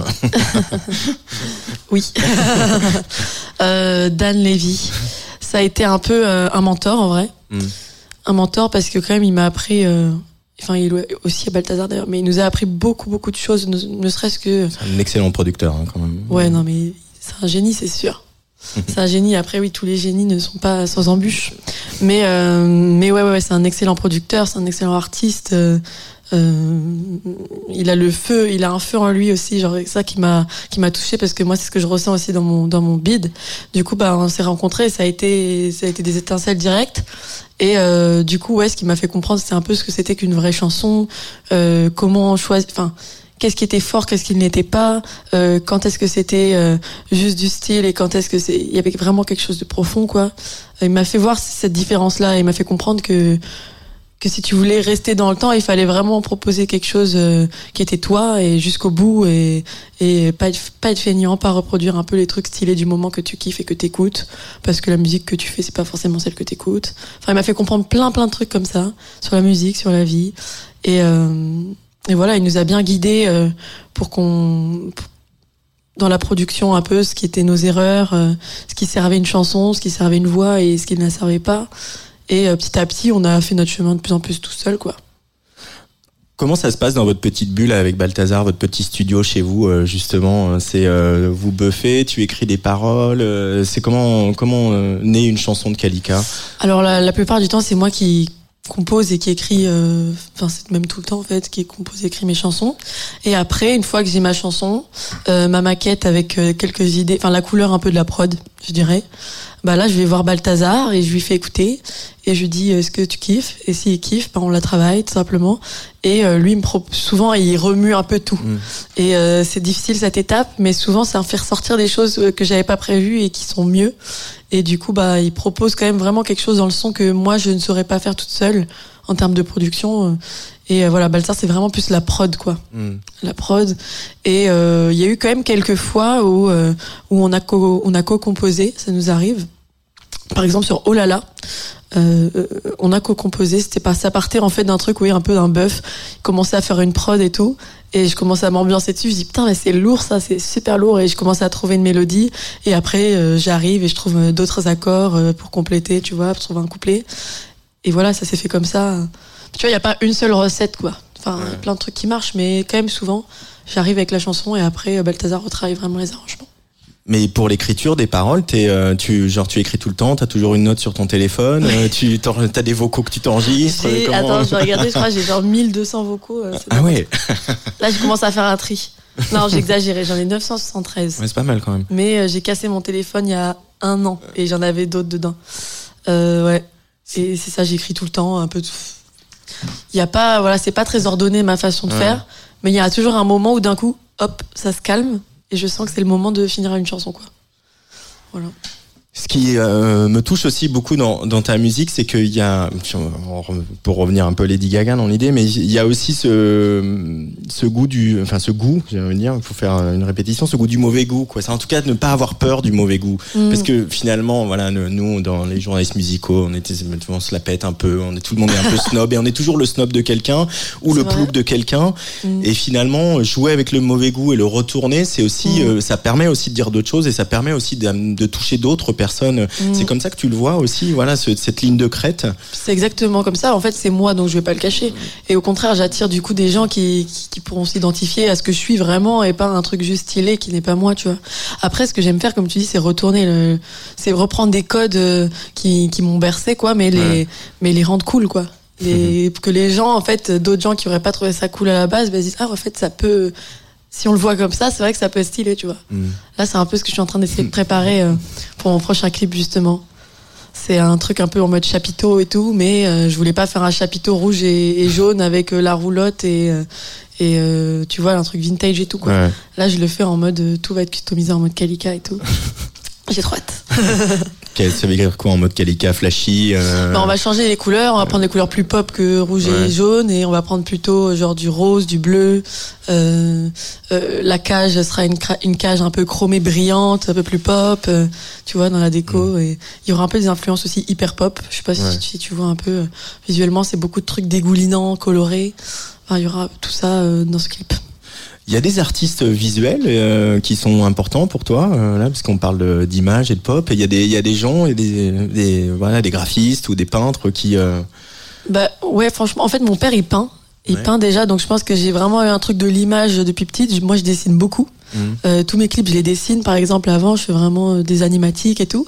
Oui. Dan Levy, ça a été un peu un mentor en vrai. Un mentor parce que quand même, il m'a appris. Enfin, il est aussi à Balthazar d'ailleurs, mais il nous a appris beaucoup de choses, ne serait-ce que. C'est un excellent producteur, quand même. Ouais, non, mais c'est un génie, c'est sûr. C'est un génie. Après, oui, tous les génies ne sont pas sans embûches, mais ouais, c'est un excellent producteur, c'est un excellent artiste. Il a un feu en lui aussi, genre ça qui m'a touchée parce que moi c'est ce que je ressens aussi dans mon bid. Du coup, on s'est rencontrés, ça a été des étincelles directes. Et du coup, ce qui m'a fait comprendre, c'est un peu ce que c'était qu'une vraie chanson, comment choisir, enfin, qu'est-ce qui était fort, qu'est-ce qui n'était pas, quand est-ce que c'était juste du style et quand est-ce que il y avait vraiment quelque chose de profond, quoi. Il m'a fait voir cette différence-là, et il m'a fait comprendre que si tu voulais rester dans le temps, il fallait vraiment proposer quelque chose qui était toi et jusqu'au bout et pas être feignant, pas reproduire un peu les trucs stylés du moment que tu kiffes et que t'écoutes, parce que la musique que tu fais c'est pas forcément celle que t'écoutes. Enfin, il m'a fait comprendre plein de trucs comme ça sur la musique, sur la vie et voilà, il nous a bien guidés pour dans la production un peu ce qui était nos erreurs, ce qui servait une chanson, ce qui servait une voix et ce qui ne la servait pas. Et petit à petit, on a fait notre chemin de plus en plus tout seul, quoi. Comment ça se passe dans votre petite bulle avec Balthazar, votre petit studio chez vous, justement ? C'est vous buffez, tu écris des paroles. C'est comment naît une chanson de Kalika ? Alors la plupart du temps, c'est moi qui compose et qui écrit. C'est même tout le temps en fait, qui compose et écrit mes chansons. Et après, une fois que j'ai ma chanson, ma maquette avec quelques idées, enfin la couleur un peu de la prod, je dirais. bah là je vais voir Balthazar et je lui fais écouter et je lui dis est-ce que tu kiffes, et s'il kiffe bah on la travaille tout simplement, et lui il me souvent il remue un peu tout et c'est difficile cette étape, mais souvent ça me fait ressortir des choses que j'avais pas prévues et qui sont mieux, et du coup bah il propose quand même vraiment quelque chose dans le son que moi je ne saurais pas faire toute seule en termes de production. Et voilà, Balthazar c'est vraiment plus la prod quoi. La prod. Et il y a eu quand même quelques fois où on a co-composé, ça nous arrive. Par exemple sur Oh là là, on a co-composé, ça partait en fait d'un truc, oui, un peu d'un bœuf. Il commençait à faire une prod et tout, et je commençais à m'ambiancer dessus. Je dis putain mais c'est lourd ça, c'est super lourd, et je commençais à trouver une mélodie. Et après j'arrive et je trouve d'autres accords pour compléter, tu vois, pour trouver un couplet. Et voilà, ça s'est fait comme ça. Tu vois, il y a pas une seule recette quoi. Enfin, il y a plein de trucs qui marchent, mais quand même souvent, j'arrive avec la chanson et après Balthazar retravaille vraiment les arrangements. Mais pour l'écriture des paroles, tu écris tout le temps, t'as toujours une note sur ton téléphone, t'as des vocaux que tu t'enregistres. Attends, je vais regarder, je crois que j'ai genre 1200 vocaux. Ah ouais. Là, je commence à faire un tri. Non, j'exagérais, j'en ai 973. Ouais, c'est pas mal quand même. Mais j'ai cassé mon téléphone il y a 1 an et j'en avais d'autres dedans. Ouais. Et c'est ça, j'écris tout le temps, un peu tout. Il y a pas, voilà, c'est pas très ordonné ma façon de faire, mais il y a toujours un moment où d'un coup, hop, ça se calme et je sens que c'est le moment de finir une chanson quoi. Voilà. Ce qui me touche aussi beaucoup dans ta musique, c'est qu'il y a, pour revenir un peu Lady Gaga dans l'idée, mais il y a aussi ce goût j'aimerais dire, il faut faire une répétition, ce goût du mauvais goût, quoi. C'est en tout cas de ne pas avoir peur du mauvais goût, parce que finalement, voilà, nous dans les journalistes musicaux, on se la pète un peu, tout le monde est un peu snob, et on est toujours le snob de quelqu'un ou le plouc de quelqu'un, et finalement jouer avec le mauvais goût et le retourner, c'est aussi, ça permet aussi de dire d'autres choses et ça permet aussi de toucher d'autres personnes. C'est comme ça que tu le vois aussi, voilà, cette ligne de crête. C'est exactement comme ça. En fait, c'est moi, donc je vais pas le cacher. Et au contraire, j'attire du coup des gens qui pourront s'identifier à ce que je suis vraiment et pas un truc juste stylé qui n'est pas moi, tu vois. Après, ce que j'aime faire, comme tu dis, c'est c'est reprendre des codes qui m'ont bercé, quoi, mais les rendre cool, quoi. Que les gens, en fait, d'autres gens qui auraient pas trouvé ça cool à la base, disent en fait, ça peut. Si on le voit comme ça, c'est vrai que ça peut être stylé, tu vois. Là, c'est un peu ce que je suis en train d'essayer de préparer pour mon prochain clip, justement. C'est un truc un peu en mode chapiteau et tout, mais je voulais pas faire un chapiteau rouge et jaune avec la roulotte et tu vois, un truc vintage et tout, quoi. Ouais. Là, je le fais en mode, tout va être customisé en mode Kalika et tout. J'ai trop hâte. Ça veut dire quoi en mode Kalika, flashy on va changer les couleurs, on va prendre des couleurs plus pop que rouge et jaune, et on va prendre plutôt genre du rose, du bleu. La cage sera une cage un peu chromée, brillante, un peu plus pop, tu vois, dans la déco. Et il y aura un peu des influences aussi hyper pop. Je sais pas si tu vois un peu. Visuellement, c'est beaucoup de trucs dégoulinants, colorés. Enfin, il y aura tout ça dans ce clip. Il y a des artistes visuels qui sont importants pour toi là, parce qu'on parle d'image et de pop. Il y a des gens, des graphistes ou des peintres qui. Ouais, franchement, en fait, mon père il peint. Il peint déjà, donc je pense que j'ai vraiment eu un truc de l'image depuis petite. Moi, je dessine beaucoup. Tous mes clips, je les dessine. Par exemple, avant, je fais vraiment des animatiques et tout.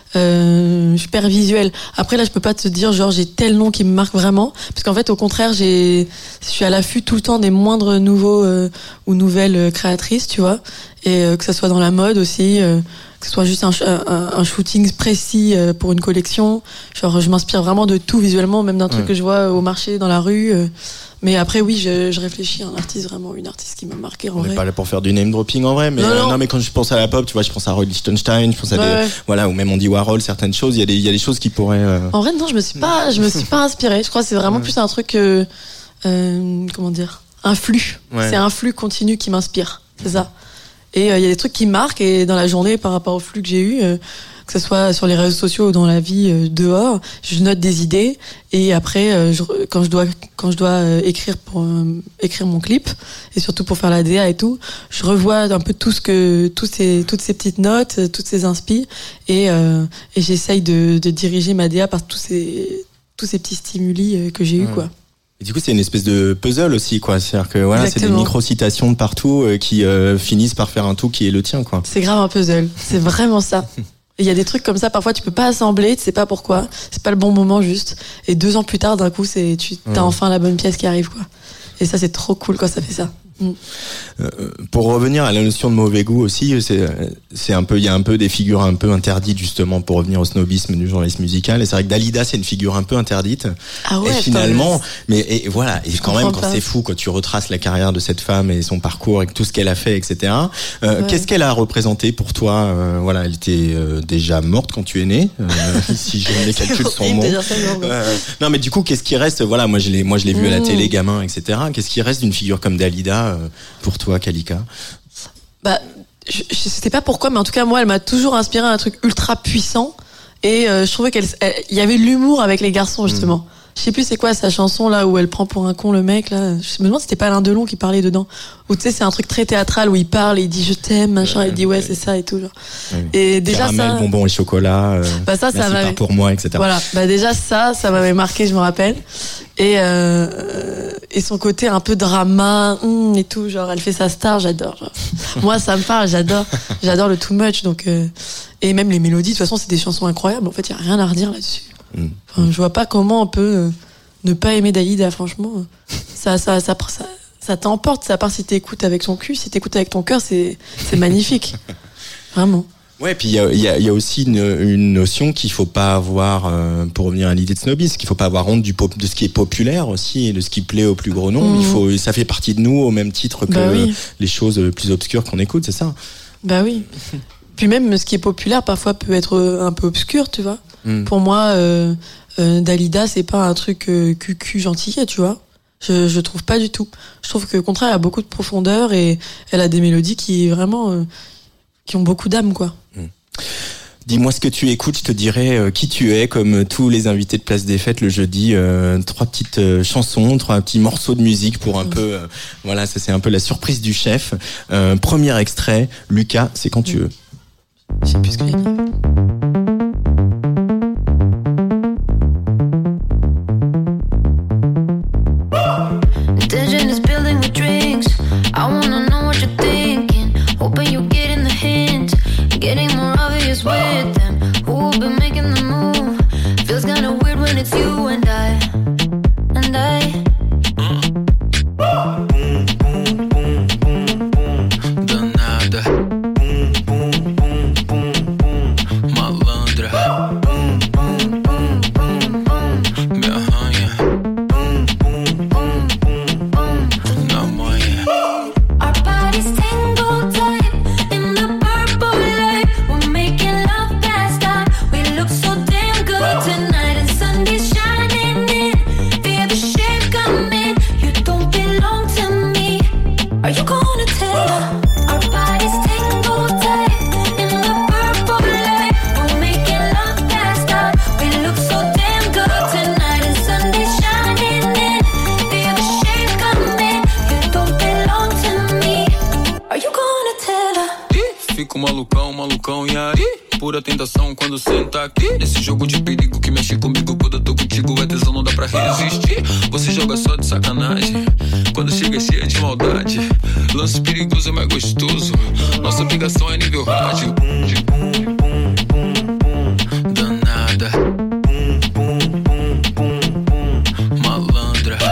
Je suis hyper visuelle. Après là, je peux pas te dire genre j'ai tel nom qui me marque vraiment, parce qu'en fait au contraire je suis à l'affût tout le temps des moindres nouveaux ou nouvelles créatrices, tu vois, et que ça soit dans la mode aussi, que ce soit juste un shooting précis pour une collection. Genre je m'inspire vraiment de tout visuellement, même d'un truc que je vois au marché, dans la rue. Mais après oui, je réfléchis à un artiste, vraiment une artiste qui m'a marqué en vrai. On n'est pas là pour faire du name dropping en vrai, mais non, mais quand je pense à la pop, tu vois, je pense à Roy Lichtenstein, je pense à voilà, ou même Andy Warhol, certaines choses, il y a des choses qui pourraient En vrai non, je me suis pas inspirée. Je crois que c'est vraiment plus un truc comment dire, un flux. C'est un flux continu qui m'inspire. C'est ça. Et il y a des trucs qui marquent, et dans la journée par rapport au flux que j'ai eu, que ce soit sur les réseaux sociaux ou dans la vie dehors, je note des idées, et après quand je dois écrire pour écrire mon clip, et surtout pour faire la DA et tout, je revois un peu toutes ces petites notes, toutes ces inspi, et j'essaye de diriger ma DA par tous ces petits stimuli que j'ai eu, quoi. Et du coup, c'est une espèce de puzzle aussi, quoi. C'est-à-dire que voilà, c'est des micro-citations de partout qui finissent par faire un tout qui est le tien, quoi. C'est grave un puzzle. C'est vraiment ça. Il y a des trucs comme ça, parfois tu peux pas assembler, tu sais pas pourquoi, c'est pas le bon moment juste. Et 2 ans plus tard, d'un coup, t'as enfin la bonne pièce qui arrive, quoi. Et ça, c'est trop cool quand ça fait ça. Pour revenir à la notion de mauvais goût aussi, il y a un peu des figures un peu interdites justement pour revenir au snobisme du journalisme musical. Et c'est vrai que Dalida, c'est une figure un peu interdite. Ah ouais. Et finalement, voilà. Et quand même, quand pas. c'est fou, quand tu retraces la carrière de cette femme et son parcours et tout ce qu'elle a fait, etc. Qu'est-ce qu'elle a représenté pour toi? Voilà, elle était déjà morte quand tu es né, si les calculs sont bons. Non, mais du coup, qu'est-ce qui reste? Voilà, moi je l'ai vu à la télé, gamin, etc. Qu'est-ce qui reste d'une figure comme Dalida pour toi, Kalika? Bah, je sais pas pourquoi, mais en tout cas, moi, elle m'a toujours inspiré un truc ultra puissant. Et je trouvais qu'il y avait de l'humour avec les garçons, justement. Je sais plus c'est quoi sa chanson là où elle prend pour un con le mec là. Je me demande si c'était pas Alain Delon qui parlait dedans. Ou tu sais c'est un truc très théâtral où il parle, il dit je t'aime machin, il dit ouais c'est ça et tout genre. Et déjà caramel, ça. bonbons et chocolat. Ça m'avait pour moi etc. Voilà déjà ça m'avait marqué je me rappelle. Et son côté un peu drama et tout genre elle fait sa star j'adore. Genre. Moi ça me parle j'adore le too much donc et même les mélodies de toute façon c'est des chansons incroyables en fait il y a rien à redire là-dessus. Enfin, je vois pas comment on peut ne pas aimer Dalida, franchement. Ça t'emporte, à part si t'écoutes avec son cul, si t'écoutes avec ton cœur, c'est magnifique. Vraiment. Ouais, puis il y a aussi une notion qu'il faut pas avoir, pour revenir à l'idée de snobisme, qu'il faut pas avoir honte de ce qui est populaire aussi et de ce qui plaît au plus gros nombre. Ça fait partie de nous au même titre que les choses plus obscures qu'on écoute, c'est ça? Bah oui. Puis même ce qui est populaire parfois peut être un peu obscur, tu vois. Pour moi, Dalida, c'est pas un truc cucu gentillet, tu vois. Je trouve pas du tout. Je trouve que au contraire, elle a beaucoup de profondeur et elle a des mélodies qui vraiment qui ont beaucoup d'âme, quoi. Dis-moi ce que tu écoutes, je te dirai qui tu es, comme tous les invités de Place des Fêtes le jeudi. 3 petites chansons, 3 petits morceaux de musique pour un peu... voilà, ça c'est un peu la surprise du chef. Premier extrait, Lucas, c'est quand tu veux. Je sais plus ce que j'ai dit. Tension is building with drinks. I wanna know what you're thinking. Hoping you're getting the hint. Getting more obvious with them. Who will be making the move? Feels kinda weird when it's you and I. Boom, boom, boom, boom, boom. Danada. Boom, boom, boom, boom, boom. Malandra. Boom, boom, boom, boom, boom. Me arranha. Boom, boom, boom, boom, boom. Na manhã. Our bodies tangled tight in the purple light. We're making love past time. We look so damn good tonight, and Sunday's shining in. Feel the shade coming. You don't belong to me. Are you gonna tell her? Our bodies tangled tight in the purple light. We're making love past time. We look so damn good tonight, and Sunday's shining in. Feel the shade coming. You don't belong to me. Are you gonna tell her? Ih, fico malucão, e aí? Pura tentação quando senta aqui. Nesse jogo de perigo que mexe comigo. Quando eu tô contigo é tesão, não dá pra resistir. Você joga só de sacanagem. Quando chega é cheia de maldade. Lance perigoso é mais gostoso. Nossa obrigação é nível hard. Danada. Malandra.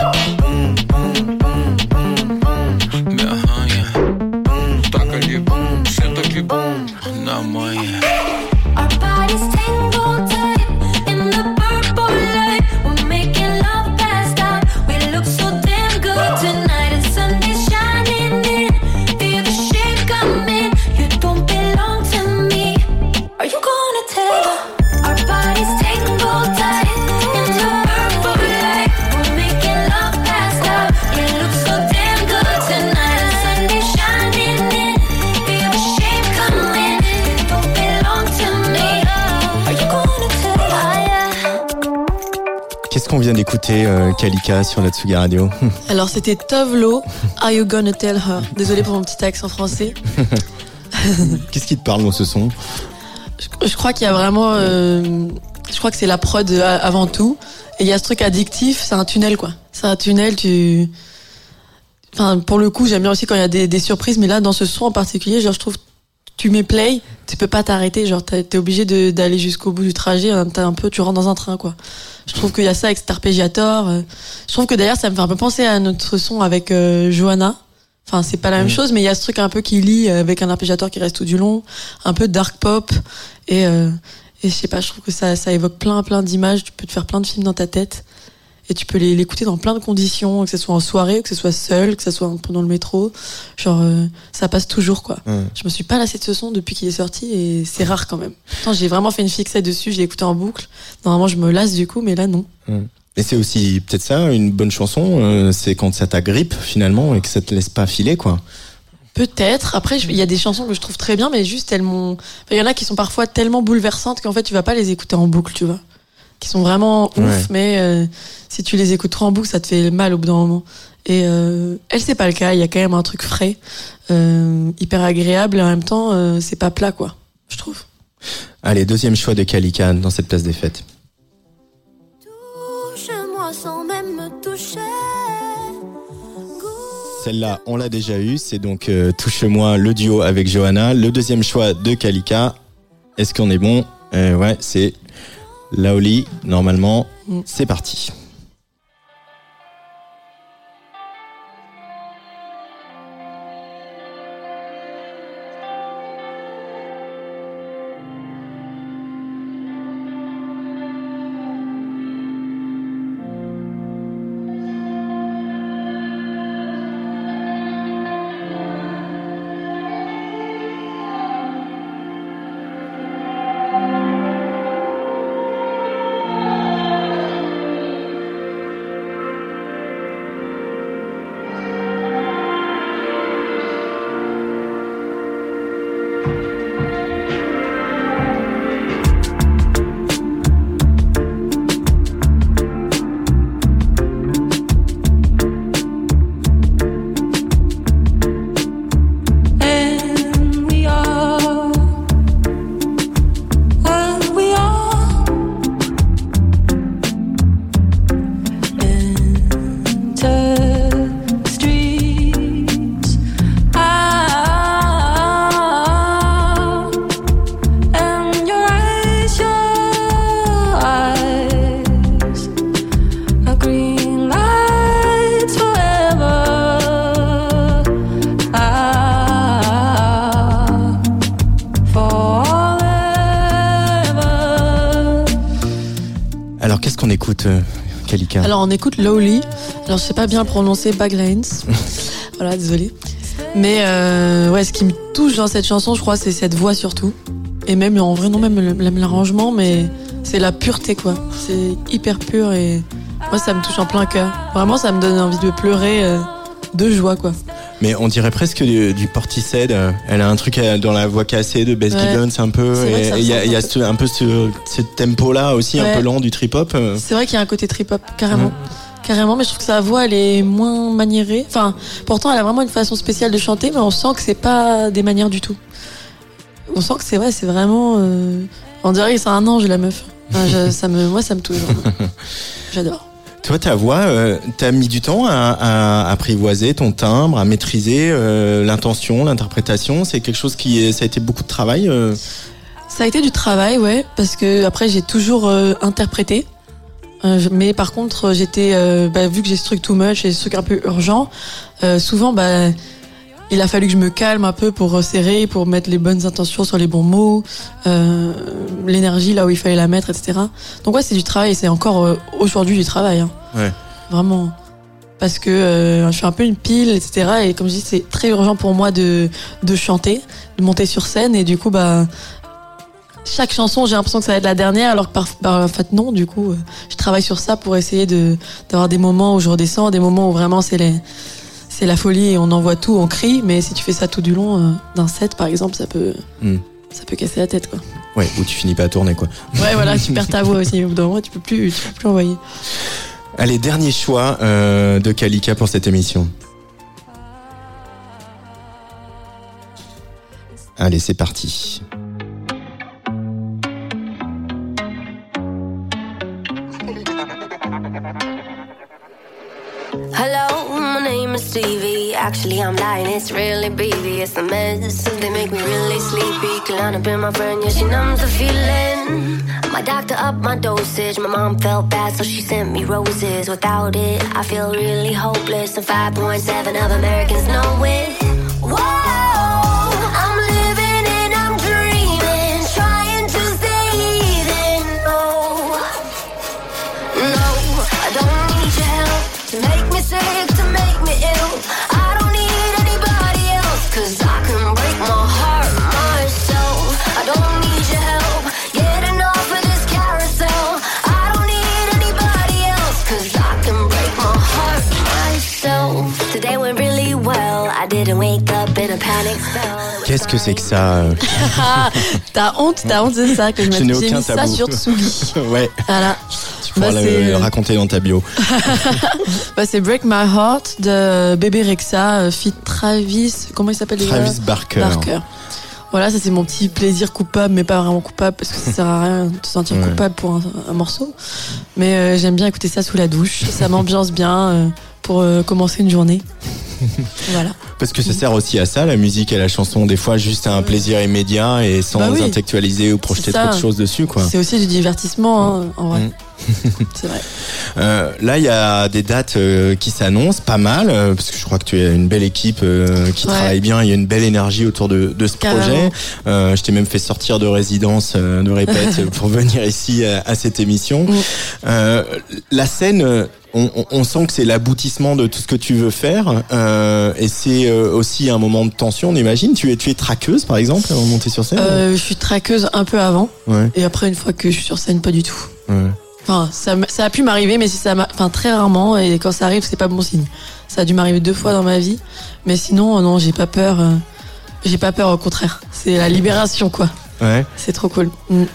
Me arranha. Taca ali, senta aqui, na manhã. Our bodies tangled tight in the purple light. We're making love past time. We look so damn good tonight, and Sunday's shining in. Feel the shade coming. You don't belong to me. Are you gonna tell her? Our bodies tangled tight in the purple light. We're making love past time. We look so damn good tonight, and Sunday's shining in. Feel the shade coming. You don't belong to me. Are you gonna tell her? Qu'est-ce qu'on vient d'écouter, Kalika, sur la Tsugi Radio? Alors c'était Tovlo, Are You Gonna Tell Her? Désolé pour mon petit accent français. Qu'est-ce qui te parle dans ce son? Je crois qu'il y a vraiment... je crois que c'est la prod avant tout. Et il y a ce truc addictif, c'est un tunnel, quoi. C'est un tunnel, Enfin, pour le coup, j'aime bien aussi quand il y a des surprises, mais là, dans ce son en particulier, genre, je trouve, tu mets play, tu peux pas t'arrêter, genre, t'es obligé d'aller jusqu'au bout du trajet, tu rentres dans un train, quoi. Je trouve qu'il y a ça avec cet arpégiator. Je trouve que d'ailleurs, ça me fait un peu penser à notre son avec Johanna, Enfin, c'est pas la même chose, mais il y a ce truc un peu qui lie avec un arpégiateur qui reste tout du long, un peu dark pop, et je sais pas, je trouve que ça évoque plein d'images. Tu peux te faire plein de films dans ta tête, et tu peux l'écouter dans plein de conditions, que ce soit en soirée, que ce soit seul, que ce soit pendant le métro. Genre, ça passe toujours, quoi. Je me suis pas lassée de ce son depuis qu'il est sorti, et c'est rare quand même. Pourtant, j'ai vraiment fait une fixette dessus, je l'ai écouté en boucle. Normalement, je me lasse du coup, mais là, non. Et c'est aussi peut-être ça, une bonne chanson, c'est quand ça t'agrippe finalement et que ça te laisse pas filer, quoi. Peut-être. Après, il y a des chansons que je trouve très bien, mais juste elles m'ont. Enfin, il y en a qui sont parfois tellement bouleversantes qu'en fait tu vas pas les écouter en boucle, tu vois. Qui sont vraiment ouf, mais si tu les écoutes trop en boucle, ça te fait mal au bout d'un moment. Et elle, c'est pas le cas. Il y a quand même un truc frais, hyper agréable, et en même temps, c'est pas plat, quoi. Je trouve. Allez, deuxième choix de Kalika dans cette place des fêtes. Touche-moi sans même me toucher. Celle-là, on l'a déjà eue, c'est donc Touche-moi, le duo avec Johanna. Le deuxième choix de Kalika, est-ce qu'on est bon? Ouais, c'est Laoli, normalement. C'est parti. Alors qu'est-ce qu'on écoute, Kalika? Alors on écoute Lowly. Alors je sais pas bien prononcer Baglanes. Voilà, désolée. Mais ouais, ce qui me touche dans cette chanson, je crois, c'est cette voix surtout. Et même en vrai, non, même l'arrangement, mais c'est la pureté, quoi. C'est hyper pur et moi, ça me touche en plein cœur. Vraiment, ça me donne envie de pleurer de joie, quoi. Mais on dirait presque du Portishead. Elle a un truc dans la voix cassée de Beth Gibbons un peu. Et il y a un peu ce tempo-là aussi, un peu lent du trip-hop. C'est vrai qu'il y a un côté trip-hop, carrément. Carrément, mais je trouve que sa voix, elle est moins maniérée. Enfin, pourtant, elle a vraiment une façon spéciale de chanter, mais on sent que c'est pas des manières du tout. On sent que c'est vraiment... on dirait que c'est un ange, la meuf. Enfin, moi, ça me touche. J'adore. Toi, ta voix, t'as mis du temps à apprivoiser ton timbre, à maîtriser l'intention, l'interprétation. C'est quelque chose ça a été beaucoup de travail. Ça a été du travail, ouais, parce que après j'ai toujours interprété. Mais par contre, j'étais, vu que j'ai ce truc too much et ce truc un peu urgent, souvent, il a fallu que je me calme un peu pour resserrer, pour mettre les bonnes intentions sur les bons mots, l'énergie là où il fallait la mettre, etc. Donc ouais, c'est du travail, et c'est encore aujourd'hui du travail. Hein. Ouais. Vraiment. Parce que je suis un peu une pile, etc. Et comme je dis, c'est très urgent pour moi de chanter, de monter sur scène, et du coup, chaque chanson, j'ai l'impression que ça va être la dernière, alors que en fait non. Du coup, je travaille sur ça pour essayer d'avoir des moments où je redescends, des moments où vraiment c'est la folie et on envoie tout, on crie. Mais si tu fais ça tout du long d'un set, par exemple, ça peut casser la tête, quoi. Ouais, ou tu finis pas à tourner, quoi. Ouais, voilà, tu perds ta voix aussi. Au bout d'un moment, tu peux plus envoyer. Allez, dernier choix de Kalika pour cette émission. Allez, c'est parti. Hello, my name is Stevie. Actually, I'm lying, it's really BV. It's a mess. They make me really sleepy. Klonopin, my friend, yeah, she numbs the feeling. My doctor upped my dosage. My mom felt bad, so she sent me roses. Without it, I feel really hopeless. And 5.7 of Americans know it. Whoa, I'm living and I'm dreaming, trying to stay even. No, I don't need your help to make me sick, to make me ill. I don't need anybody else, 'cause I can break my heart myself. I don't need your help getting off of this carousel. I don't need anybody else, 'cause I can break my heart myself. Today went really well. I didn't wake up in a panic spell. Qu'est-ce que c'est que ça T'as honte de ça que Je n'ai j'ai aucun mis ça tabou. sur Tsugi. Ouais. Voilà. Tu pourras le raconter dans ta bio. C'est Break My Heart de Bébé Rexha, feat Travis. Comment il s'appelle déjà ? Travis Barker. Voilà, ça c'est mon petit plaisir coupable, mais pas vraiment coupable parce que ça sert à rien de te sentir coupable pour un morceau. Mais j'aime bien écouter ça sous la douche. Ça m'ambiance bien pour commencer une journée. Voilà. Parce que ça sert aussi à ça, la musique et la chanson, des fois juste à un plaisir immédiat et sans intellectualiser ou projeter trop de choses dessus, quoi. C'est aussi du divertissement, hein, en vrai. C'est vrai. Là, il y a des dates qui s'annoncent pas mal, parce que je crois que tu as une belle équipe qui travaille bien. Il y a une belle énergie autour de ce projet. Je t'ai même fait sortir de résidence, de répète, pour venir ici à cette émission. La scène, on sent que c'est l'aboutissement de tout ce que tu veux faire, et c'est aussi un moment de tension, on imagine. Tu es traqueuse, par exemple, en montée sur scène. Je suis traqueuse un peu avant, et après, une fois que je suis sur scène, pas du tout. Enfin, ça a pu m'arriver, mais très rarement, et quand ça arrive, c'est pas bon signe. Ça a dû m'arriver 2 fois dans ma vie, mais sinon, non, j'ai pas peur. J'ai pas peur, au contraire. C'est la libération, quoi. Ouais. C'est trop cool.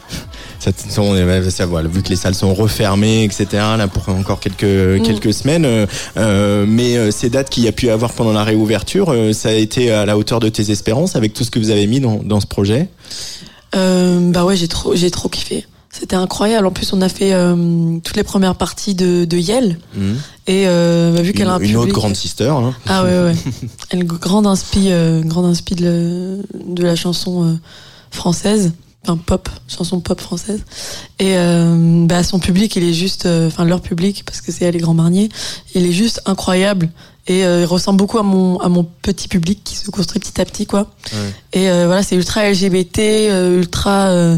Ça, voilà, vu que les salles sont refermées, etc. Là pour encore quelques semaines, mais ces dates qu'il y a pu avoir pendant la réouverture, ça a été à la hauteur de tes espérances avec tout ce que vous avez mis dans ce projet. Ouais, j'ai trop kiffé. C'était incroyable. En plus, on a fait toutes les premières parties de Yel. Et vu qu'elle a un public... Une autre grande sister. Hein. Ah ouais. Elle grande inspi de la chanson française. Enfin, chanson pop française. Et son public, il est juste... leur public, parce que c'est elle et Grand Marnier, il est juste incroyable. Et il ressemble beaucoup à mon petit public qui se construit petit à petit, quoi. Ouais. Et voilà, c'est ultra LGBT, ultra...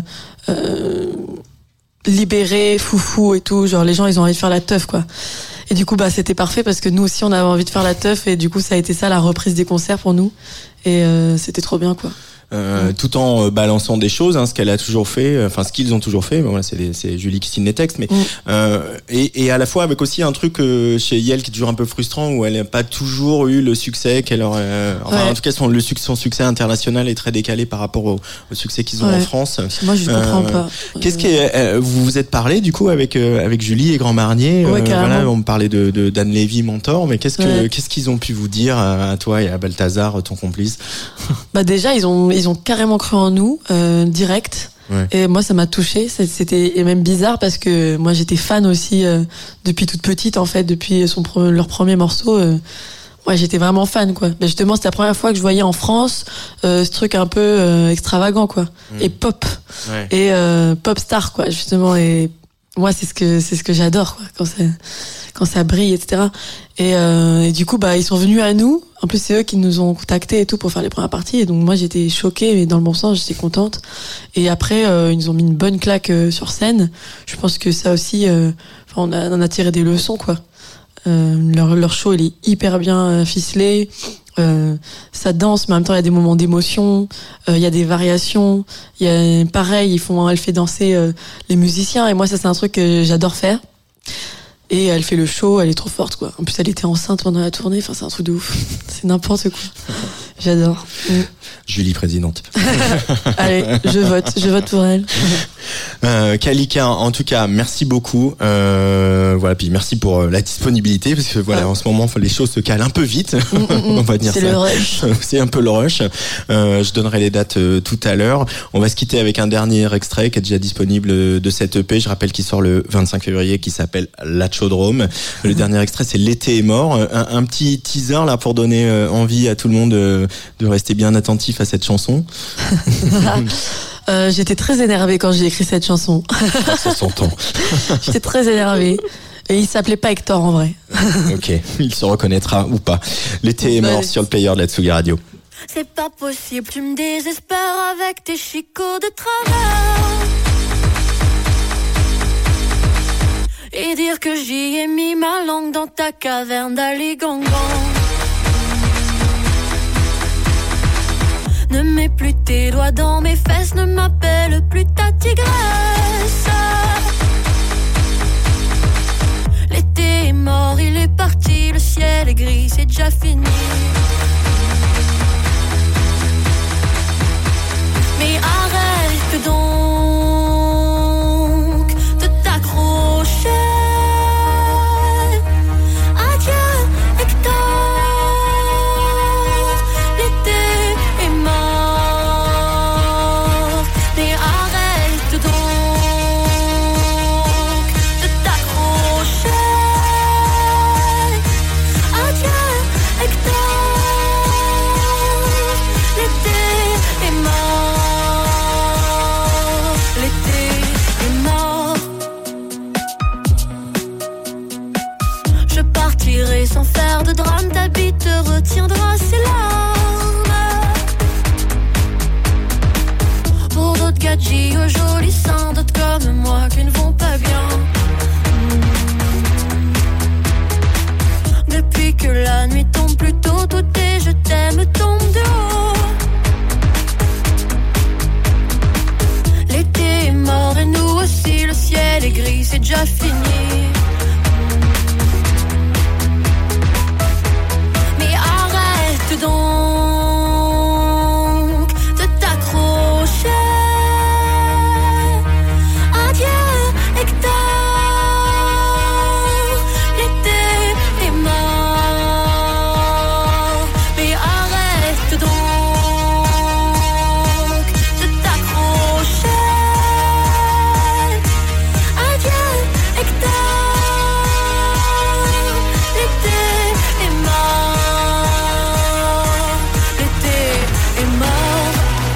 libéré, foufou et tout, genre les gens ils ont envie de faire la teuf, quoi. Et du coup c'était parfait parce que nous aussi on avait envie de faire la teuf, et du coup ça a été ça la reprise des concerts pour nous, et c'était trop bien, quoi. Tout en balançant des choses, ce qu'elle a toujours fait, enfin ce qu'ils ont toujours fait, mais voilà, c'est Julie qui signe les textes, mais et à la fois avec aussi un truc chez Yel qui est toujours un peu frustrant, où elle n'a pas toujours eu le succès qu'elle aurait. En tout cas son succès international est très décalé par rapport au succès qu'ils ont en France. Moi je comprends pas. Qu'est-ce que vous vous êtes parlé du coup avec Julie et Grand Marnier? Voilà, on me parlait de Dan Levy, mentor, mais qu'est-ce qu'ils ont pu vous dire à toi et à Balthazar, ton complice? Déjà ils ont carrément cru en nous, direct. Ouais. Et moi, ça m'a touchée. C'était même bizarre parce que moi, j'étais fan aussi depuis toute petite, en fait, depuis leur premier morceau. J'étais vraiment fan, quoi. Justement, c'était la première fois que je voyais en France ce truc un peu extravagant, quoi. Et pop. Ouais. Et pop star, quoi, justement. Et moi, c'est ce que j'adore, quoi, quand ça brille, etc. Et du coup, ils sont venus à nous. En plus, c'est eux qui nous ont contactés et tout pour faire les premières parties. Et donc, moi, j'étais choquée, mais dans le bon sens, j'étais contente. Et après, ils nous ont mis une bonne claque sur scène. Je pense que ça aussi, on a tiré des leçons, quoi. Leur show, il est hyper bien ficelé. Ça danse, mais en même temps, il y a des moments d'émotion. Il y a des variations. Il y a, pareil, elle fait danser les musiciens. Et moi, ça, c'est un truc que j'adore faire. Et elle fait le show, elle est trop forte, quoi. En plus, elle était enceinte pendant la tournée. Enfin, c'est un truc de ouf. C'est n'importe quoi. J'adore. Julie présidente. Allez, je vote pour elle. Kalika, en tout cas, merci beaucoup. Voilà, puis merci pour la disponibilité, parce que voilà, en ce moment, les choses se calent un peu vite. On va dire c'est ça. le rush. C'est un peu le rush. Je donnerai les dates tout à l'heure. On va se quitter avec un dernier extrait qui est déjà disponible de cette EP. Je rappelle qu'il sort le 25 février, qui s'appelle L'Achodrome. Le dernier extrait, c'est L'été est mort. Un petit teaser là pour donner envie à tout le monde de rester bien attentif à cette chanson. J'étais très énervée quand j'ai écrit cette chanson. Ça s'entend. J'étais très énervée. Et il s'appelait pas Hector en vrai. Ok, il se reconnaîtra ou pas. L'été est mort sur le player de la Tsugi Radio. C'est pas possible, tu me désespères avec tes chicots de travers. Et dire que j'y ai mis ma langue dans ta caverne d'Aligangan. Ne mets plus tes doigts dans mes fesses, ne m'appelle plus ta tigresse. L'été est mort, il est parti, le ciel est gris, c'est déjà fini. Mais arrête donc de t'accrocher. Adieu Hector, l'été est mort. Mais arrête donc de t'accrocher. Adieu Hector, l'été est mort. L'été est mort. Je partirai sans faire de drame, ta bite te retiendra ses larmes. Pour d'autres gadgets aux jolis seins, d'autres comme moi qui ne vont pas bien. Depuis que la nuit tombe plus tôt, tout est je t'aime tombe de haut. L'été est mort et nous aussi, le ciel est gris, c'est déjà fini. Mais arrête donc de t'accrocher. Adieu Hector, l'été est mort. Mais arrête donc de t'accrocher. Adieu Hector, l'été est mort. L'été est mort.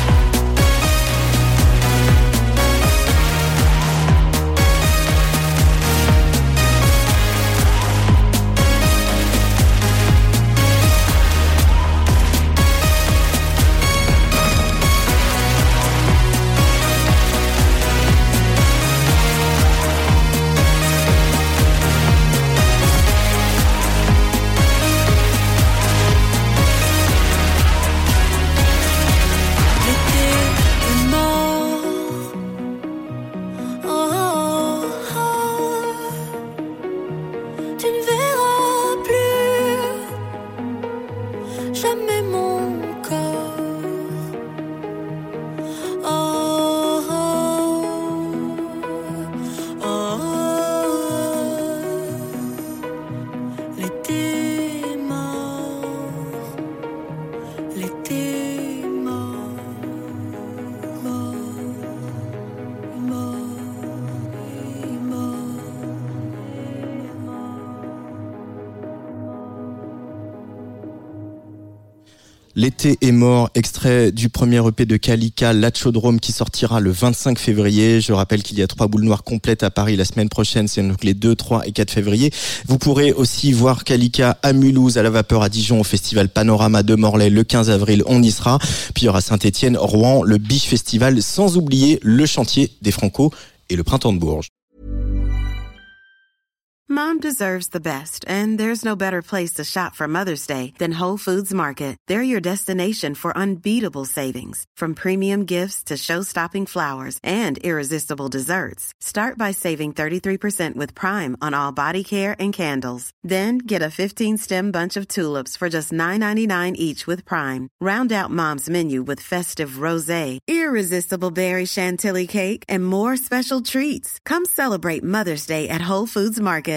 L'été est mort. Oh, oh, oh. Tu ne verras plus jamais mon corps. Oh, oh, oh, oh. L'été est mort. L'été est mort. Mort, mort, L'été est mort, extrait du premier EP de Kalika, L'Achodrome, qui sortira le 25 février. Je rappelle qu'il y a 3 boules noires complètes à Paris la semaine prochaine, c'est donc les 2, 3 et 4 février. Vous pourrez aussi voir Kalika à Mulhouse, à la Vapeur à Dijon, au festival Panorama de Morlaix le 15 avril, on y sera. Puis il y aura Saint-Étienne, Rouen, le Biche Festival, sans oublier le chantier des Franco et le Printemps de Bourges. Mom deserves the best, and there's no better place to shop for Mother's Day than Whole Foods Market. They're your destination for unbeatable savings, from premium gifts to show-stopping flowers and irresistible desserts. Start by saving 33% with Prime on all body care and candles. Then get a 15-stem bunch of tulips for just $9.99 each with Prime. Round out Mom's menu with festive rosé, irresistible berry chantilly cake, and more special treats. Come celebrate Mother's Day at Whole Foods Market.